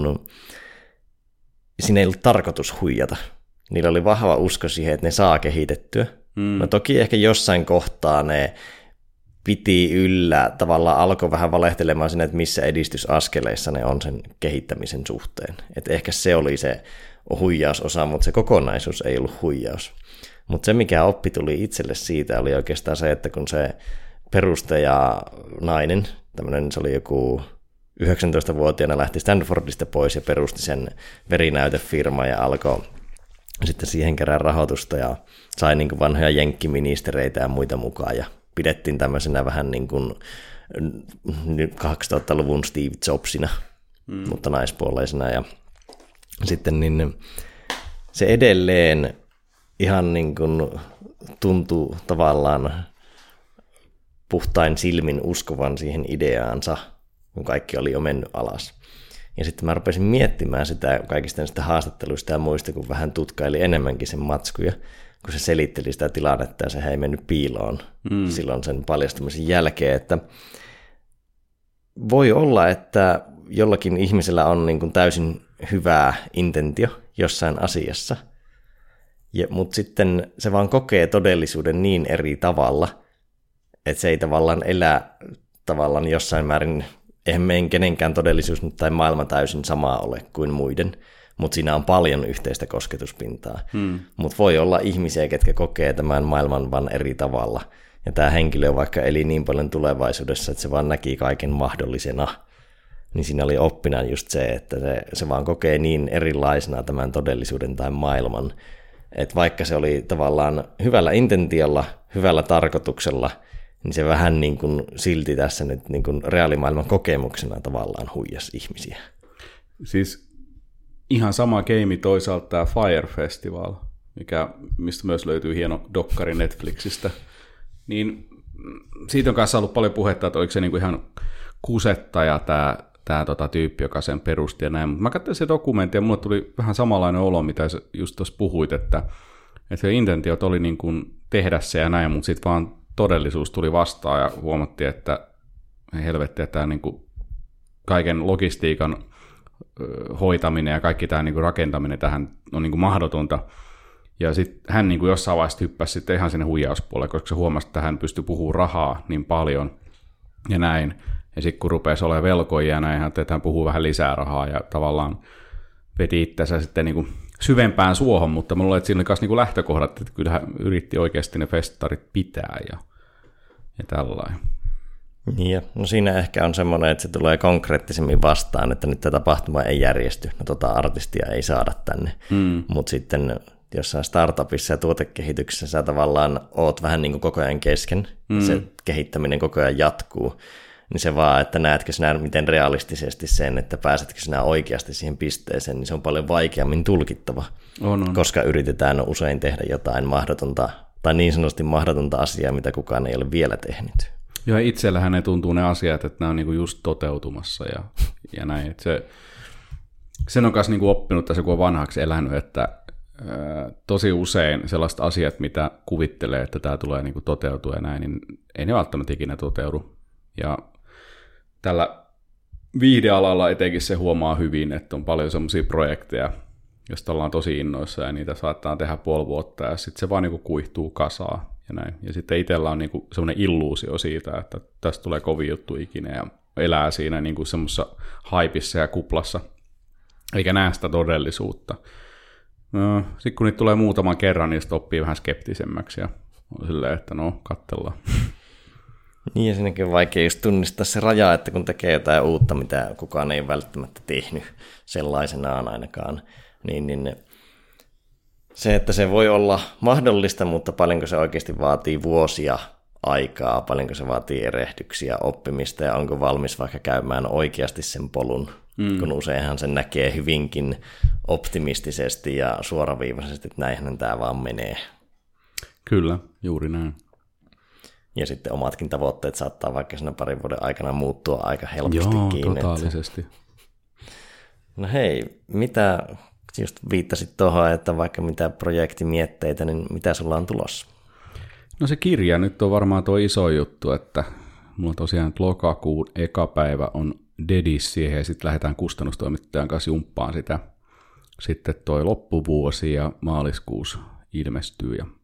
siinä ei ollut tarkoitus huijata. Niillä oli vahva usko siihen, että ne saa kehitettyä. No toki ehkä jossain kohtaa ne piti yllä, tavallaan alkoi vähän valehtelemaan sinne, että missä edistysaskeleissa ne on sen kehittämisen suhteen. Että ehkä se oli se huijausosa, mutta se kokonaisuus ei ollut huijaus. Mutta se, mikä oppi tuli itselle siitä, oli oikeastaan se, että kun se perustaja nainen, se oli joku 19-vuotiaana, lähti Stanfordista pois ja perusti sen verinäytefirman ja alkoi sitten siihen kerää rahoitusta ja sai niin kuin vanhoja jenkkiministereitä ja muita mukaan ja pidettiin tämmöisenä vähän niin kuin 2000-luvun Steve Jobsina, mutta naispuoleisena. Ja sitten niin se edelleen ihan niin kuin tuntuu tavallaan puhtain silmin uskovan siihen ideaansa, kun kaikki oli jo mennyt alas. Ja sitten mä rupesin miettimään sitä kaikista näistä haastatteluista ja muista, kun vähän tutkaili enemmänkin sen matskuja, kun se selitteli sitä tilannetta ja se ei mennyt piiloon silloin sen paljastumisen jälkeen, että voi olla, että jollakin ihmisellä on niin kuin täysin hyvä intentio jossain asiassa, mutta sitten se vaan kokee todellisuuden niin eri tavalla, että se ei tavallaan elä tavallaan jossain määrin, eihän meidän kenenkään todellisuus tai maailma täysin samaa ole kuin muiden, mutta siinä on paljon yhteistä kosketuspintaa. Mutta voi olla ihmisiä, ketkä kokee tämän maailman vaan eri tavalla. Ja tämä henkilö vaikka eli niin paljon tulevaisuudessa, että se vaan näki kaiken mahdollisena, niin siinä oli oppina just se, että se vaan kokee niin erilaisena tämän todellisuuden tai maailman, että vaikka se oli tavallaan hyvällä intentiolla, hyvällä tarkoituksella, niin se vähän niin kuin silti tässä nyt niin kuin reaalimaailman kokemuksena tavallaan huijasi ihmisiä. Siis ihan sama keimi toisaalta tämä Fire Festival, mistä myös löytyy hieno dokkari Netflixistä, niin siitä on kanssa ollut paljon puhetta, että oliko se niin kuin ihan kusettaja tämä tyyppi, joka sen perusti ja näin. Mutta mä katsoin se dokumentti ja mulle tuli vähän samanlainen olo, mitä just tuossa puhuit, että se intentiot oli niin kuin tehdä se ja näin, mutta sitten vaan todellisuus tuli vastaan ja huomattiin, että helvetti, että tämä niin kuin kaiken logistiikan hoitaminen ja kaikki tämä niin kuin rakentaminen tähän on niin kuin mahdotonta. Ja sitten hän niin kuin jossain vaiheessa hyppäsi sitten ihan sinne huijauspuolelle, koska se huomasi, että hän pystyi puhumaan rahaa niin paljon ja näin. Ja sitten kun rupesi olemaan velkoja ja näin, että hän puhuu vähän lisää rahaa ja tavallaan veti itsensä sitten niin kuin syvempään suohon, mutta mulla oli, että siinä oli myös niin kuin lähtökohdat, että kyllä hän yritti oikeasti ne festarit pitää ja tällainen. Ja, no siinä ehkä on semmoinen, että se tulee konkreettisemmin vastaan, että nyt tämä tapahtuma ei järjesty, no artistia ei saada tänne, mutta sitten jossain startupissa ja tuotekehityksessä sä tavallaan oot vähän niin kuin koko ajan kesken, se kehittäminen koko ajan jatkuu, niin se vaan, että näetkö sinä miten realistisesti sen, että pääsetkö sinä oikeasti siihen pisteeseen, niin se on paljon vaikeammin tulkittava, koska yritetään usein tehdä jotain mahdotonta, tai niin sanotusti mahdotonta asiaa, mitä kukaan ei ole vielä tehnyt. Joo, itsellähän ne tuntuu ne asiat, että nämä on niinku just toteutumassa ja näin. Sen on myös niinku oppinut tässä, kun on vanhaksi elänyt, että tosi usein sellaiset asiat, mitä kuvittelee, että tämä tulee niin kuin toteutua ja näin, niin ei ne välttämättä ikinä toteudu. Ja tällä viihdealalla etenkin se huomaa hyvin, että on paljon semmoisia projekteja, joista ollaan tosi innoissa ja niitä saattaa tehdä puoli vuotta ja sitten se vaan niin kuin kuihtuu kasaan ja näin. Ja sitten itsellä on niin kuin semmoinen illuusio siitä, että tästä tulee kovin juttu ikinä ja elää siinä niin kuin semmoisessa haipissa ja kuplassa, eikä näe sitä todellisuutta. Sitten kun niitä tulee muutaman kerran, niin sitten oppii vähän skeptisemmäksi ja on silleen, että no, katsellaan. Niin ja siinäkin on vaikea just tunnistaa se raja, että kun tekee jotain uutta, mitä kukaan ei välttämättä tehnyt sellaisenaan ainakaan, niin se, että se voi olla mahdollista, mutta paljonko se oikeasti vaatii vuosia aikaa, paljonko se vaatii erehdyksiä, oppimista ja onko valmis vaikka käymään oikeasti sen polun, kun useinhan sen näkee hyvinkin optimistisesti ja suoraviivaisesti, että näinhän tämä vaan menee. Kyllä, juuri näin. Ja sitten omatkin tavoitteet saattaa vaikka siinä parin vuoden aikana muuttua aika helpostikin. Joo, totaalisesti. No hei, mitä, just viittasit tuohon, että vaikka mitä projektimietteitä, niin mitä sulla on tulossa? No se kirja nyt on varmaan tuo iso juttu, että mulla tosiaan lokakuun eka päivä on dedis siihen ja sitten lähdetään kustannustoimittajan kanssa jumppaan sitä. Sitten toi loppuvuosi ja maaliskuussa ilmestyy ja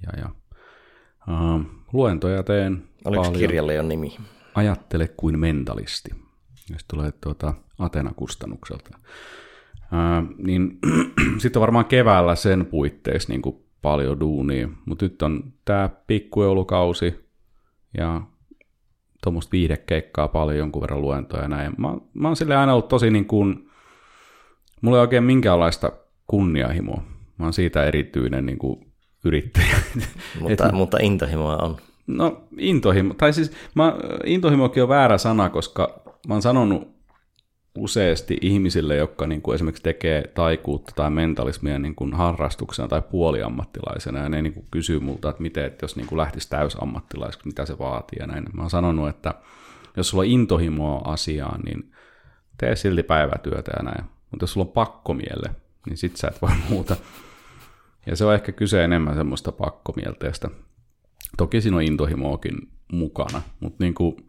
luentoja teen. Oliko paljon. Kirjalle jo nimi? Ajattele kuin mentalisti. Jos tulee Athena-kustannukselta. Niin sitten on varmaan keväällä sen puitteissa niin kuin paljon duunia, mutta nyt on tämä pikkujoulukausi ja tuommoista viihdekeikkaa paljon, jonkun verran luentoja ja näin. Mä oon silleen aina ollut tosi niin kuin, mulla ei oikein minkäänlaista kunnianhimoa. Mä oon siitä erityinen niin kuin yrittäjä. Mutta intohimoa on. No intohimo, tai siis intohimokin on väärä sana, koska mä oon sanonut useasti ihmisille, jotka niin kuin esimerkiksi tekee taikuutta tai mentalismia niin kuin harrastuksena tai puoliammattilaisena, ja ne niin kuin kysyy multa, että miten, että jos niin kuin lähtisi täysammattilaiseksi, mitä se vaatii ja näin. Mä oon sanonut, että jos sulla on intohimoa asiaan, niin tee silti päivätyötä ja näin. Mutta jos sulla on pakkomielle, niin sit sä et voi muuta. Ja se on ehkä kyse enemmän semmoista pakkomielteestä. Toki siinä on intohimoakin mukana, mutta niin kuin,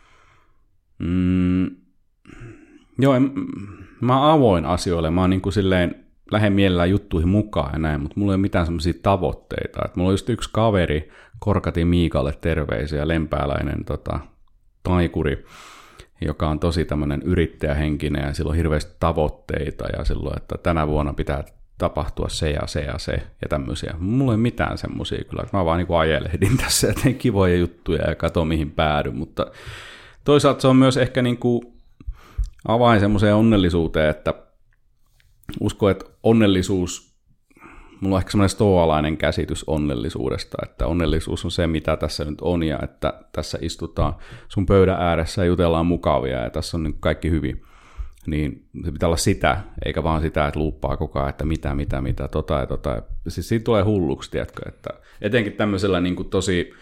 joo, mä oon avoin asioille, mä oon niin kuin silleen, lähden mielellään juttuihin mukaan ja näin, mutta mulla ei ole mitään semmoisia tavoitteita. Et mulla on just yksi kaveri, Korkati Miikalle terveisiä, lempääläinen taikuri, joka on tosi tämmöinen yrittäjähenkinen ja sillä on hirveästi tavoitteita ja silloin, että tänä vuonna pitää tapahtua se ja se ja se ja tämmöisiä. Mulla ei ole mitään semmoisia kyllä, että mä vaan niin kuin ajelehdin tässä ja teen kivoja juttuja ja katon mihin päädyn, mutta toisaalta se on myös ehkä niin kuin avain semmoiseen onnellisuuteen, että usko, että onnellisuus, mulla on ehkä semmoinen stoalainen käsitys onnellisuudesta, että onnellisuus on se, mitä tässä nyt on ja että tässä istutaan sun pöydän ääressä ja jutellaan mukavia ja tässä on nyt kaikki hyvin. Niin se pitää olla sitä, eikä vaan sitä, että luuppaa koko ajan, että mitä, tota. Siis siitä tulee hulluksi, tiedätkö, että etenkin tämmöisellä niin kuin tosi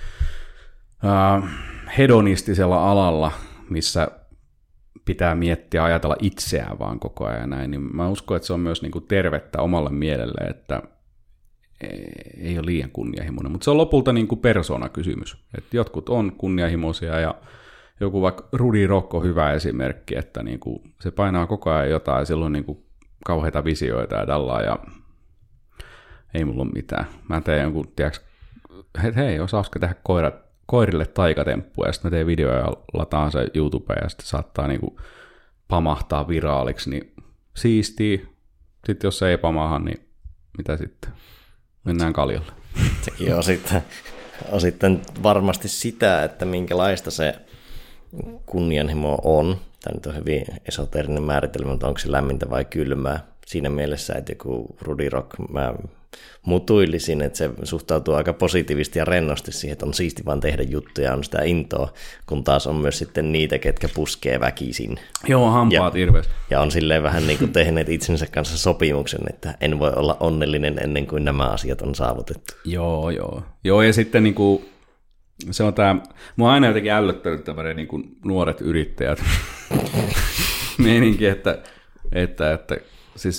hedonistisella alalla, missä pitää miettiä, ajatella itseään vaan koko ajan ja näin, niin mä uskon, että se on myös niin kuin tervettä omalle mielelle, että ei ole liian kunnianhimoinen, mutta se on lopulta niin kuin persoonakysymys, että jotkut on kunnianhimoisia ja joku vaikka Rudi Rock on hyvä esimerkki, että niinku se painaa koko ajan jotain ja silloin niinku kauheita visioita ja tällä ja ei mulla ole mitään. Mä teen jonkun, tiedätkö, hei, olisi hauska tehdä koirille taikatemppuja ja sitten mä teen videoja ja lataan se YouTubeen ja sitten saattaa niinku pamahtaa viraaliksi, niin siistii. Sitten jos se ei pamaha, niin mitä sitten? Mennään kaljalle. Sekin on sitten varmasti sitä, että minkälaista se kunnianhimo on. Tämä nyt on hyvin esoteerinen määritelmä, mutta onko se lämmintä vai kylmää? Siinä mielessä, että joku Rudi Rock, mä mutuilisin, että se suhtautuu aika positiivisesti ja rennosti siihen, että on siisti vaan tehdä juttuja, on sitä intoa, kun taas on myös sitten niitä, ketkä puskee väkisin. Joo, hampaat hirveästi. Ja on silleen vähän niin kuin tehneet itsensä kanssa sopimuksen, että en voi olla onnellinen ennen kuin nämä asiat on saavutettu. Joo, ja sitten niin kuin se on tämä, mua on aina jotenkin ällöttänyt tämmöinen niin kuin nuoret yrittäjät meininki, että siis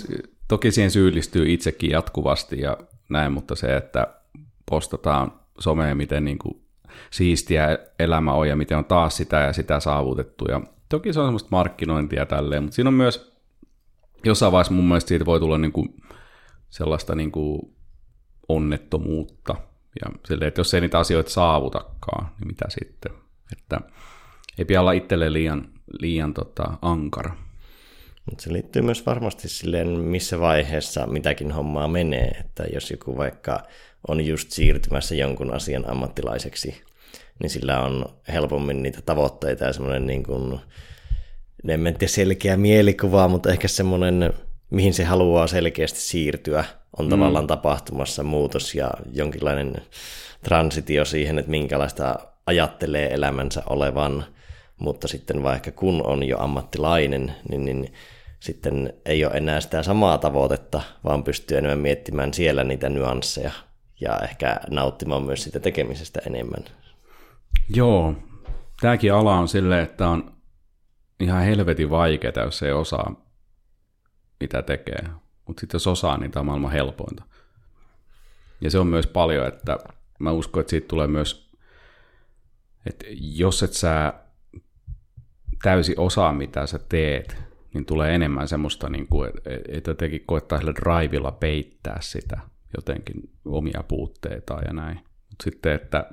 Toki siihen syyllistyy itsekin jatkuvasti ja näin, mutta se, että postataan someen, miten niin kuin siistiä elämä on ja miten on taas sitä ja sitä saavutettu. Ja toki se on semmoista markkinointia tälleen, mutta siinä on myös jossain vaiheessa mun mielestä siitä voi tulla niin kuin sellaista niin kuin onnettomuutta. Ja silleen, että jos ei niitä asioita saavutakaan, niin mitä sitten? Että ei pidä olla itselle liian ankara. Mutta se liittyy myös varmasti silleen, missä vaiheessa mitäkin hommaa menee. Että jos joku vaikka on just siirtymässä jonkun asian ammattilaiseksi, niin sillä on helpommin niitä tavoitteita ja semmoinen niin kuin, en tiedä selkeä mielikuva, mutta ehkä semmoinen, mihin se haluaa selkeästi siirtyä, on tavallaan tapahtumassa muutos ja jonkinlainen transitio siihen, että minkälaista ajattelee elämänsä olevan, mutta sitten vaikka kun on jo ammattilainen, niin sitten ei ole enää sitä samaa tavoitetta, vaan pystyy enemmän miettimään siellä niitä nyansseja ja ehkä nauttimaan myös sitä tekemisestä enemmän. Joo, tämäkin ala on silleen, että on ihan helvetin vaikeaa, jos ei osaa, mitä tekee. Mutta sitten jos osaa, niin tämä on maailman helpointa. Ja se on myös paljon, että mä uskon, että siitä tulee myös, että jos et sä täysin osaa, mitä sä teet, niin tulee enemmän semmoista, niin kuin, että jotenkin koettaa sillä drivilla peittää sitä jotenkin omia puutteitaan ja näin. Mutta sitten, että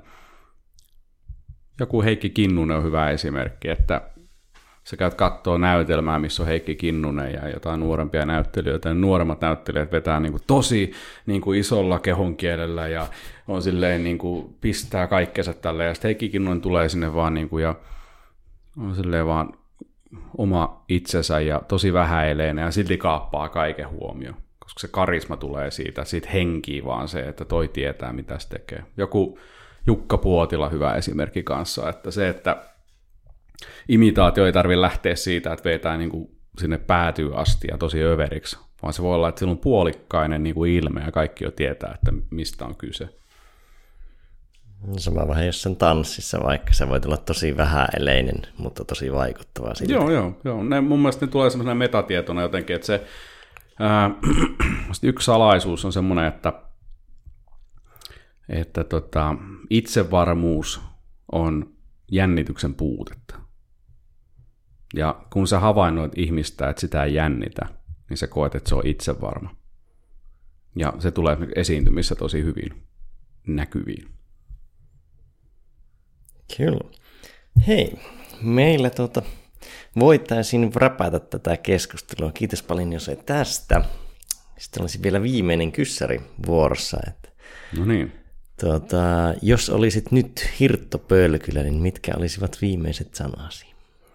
joku Heikki Kinnunen on hyvä esimerkki, että sä käyt kattoo näytelmää, missä on Heikki Kinnunen ja jotain nuorempia näyttelijöitä, ja nuoremmat näyttelijät vetää niin kuin tosi niin kuin isolla kehonkielellä ja on silleen niin kuin pistää kaikkensa tälle, ja sitten Heikki Kinnunen tulee sinne vaan niin kuin, ja on silleen vaan oma itsensä ja tosi vähäileinen ja silti kaappaa kaiken huomioon, koska se karisma tulee siitä henkii vaan se, että toi tietää mitä se tekee. Joku Jukka Puotila hyvä esimerkki kanssa, että se, että imitaatio ei tarvitse lähteä siitä, että vetää niin kuin sinne päätyy asti ja tosi överiksi, vaan se voi olla, että sillä on puolikkainen niin kuin ilme ja kaikki jo tietää, että mistä on kyse. Sama vähän jossain tanssissa, vaikka se voi olla tosi vähäeleinen, mutta tosi vaikuttavaa silti. Joo. Mun mielestä ne tulee semmoisena metatietona jotenkin, että se yksi salaisuus on semmoinen, että itsevarmuus on jännityksen puutetta. Ja kun sä havainnoit ihmistä, että sitä ei jännitä, niin sä koet, että se on itsevarma. Ja se tulee esiintymissä tosi hyvin näkyviin. Kyllä. Hei, meillä voitaisiin räpätä tätä keskustelua. Kiitos paljon Jose tästä. Sitten olisi vielä viimeinen kyssäri vuorossa. No niin. Jos olisit nyt hirttopölkylä, niin mitkä olisivat viimeiset sanasi?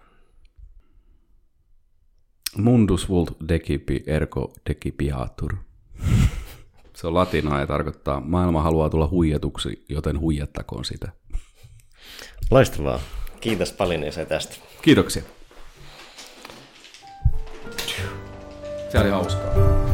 Mundus vult decipi ergo decipiatur. Se on latinaa ja tarkoittaa, maailma haluaa tulla huijatuksi, joten huijattakoon sitä. Loistavaa. Kiitos paljon Jose tästä. Kiitoksia. Se oli hauskaa.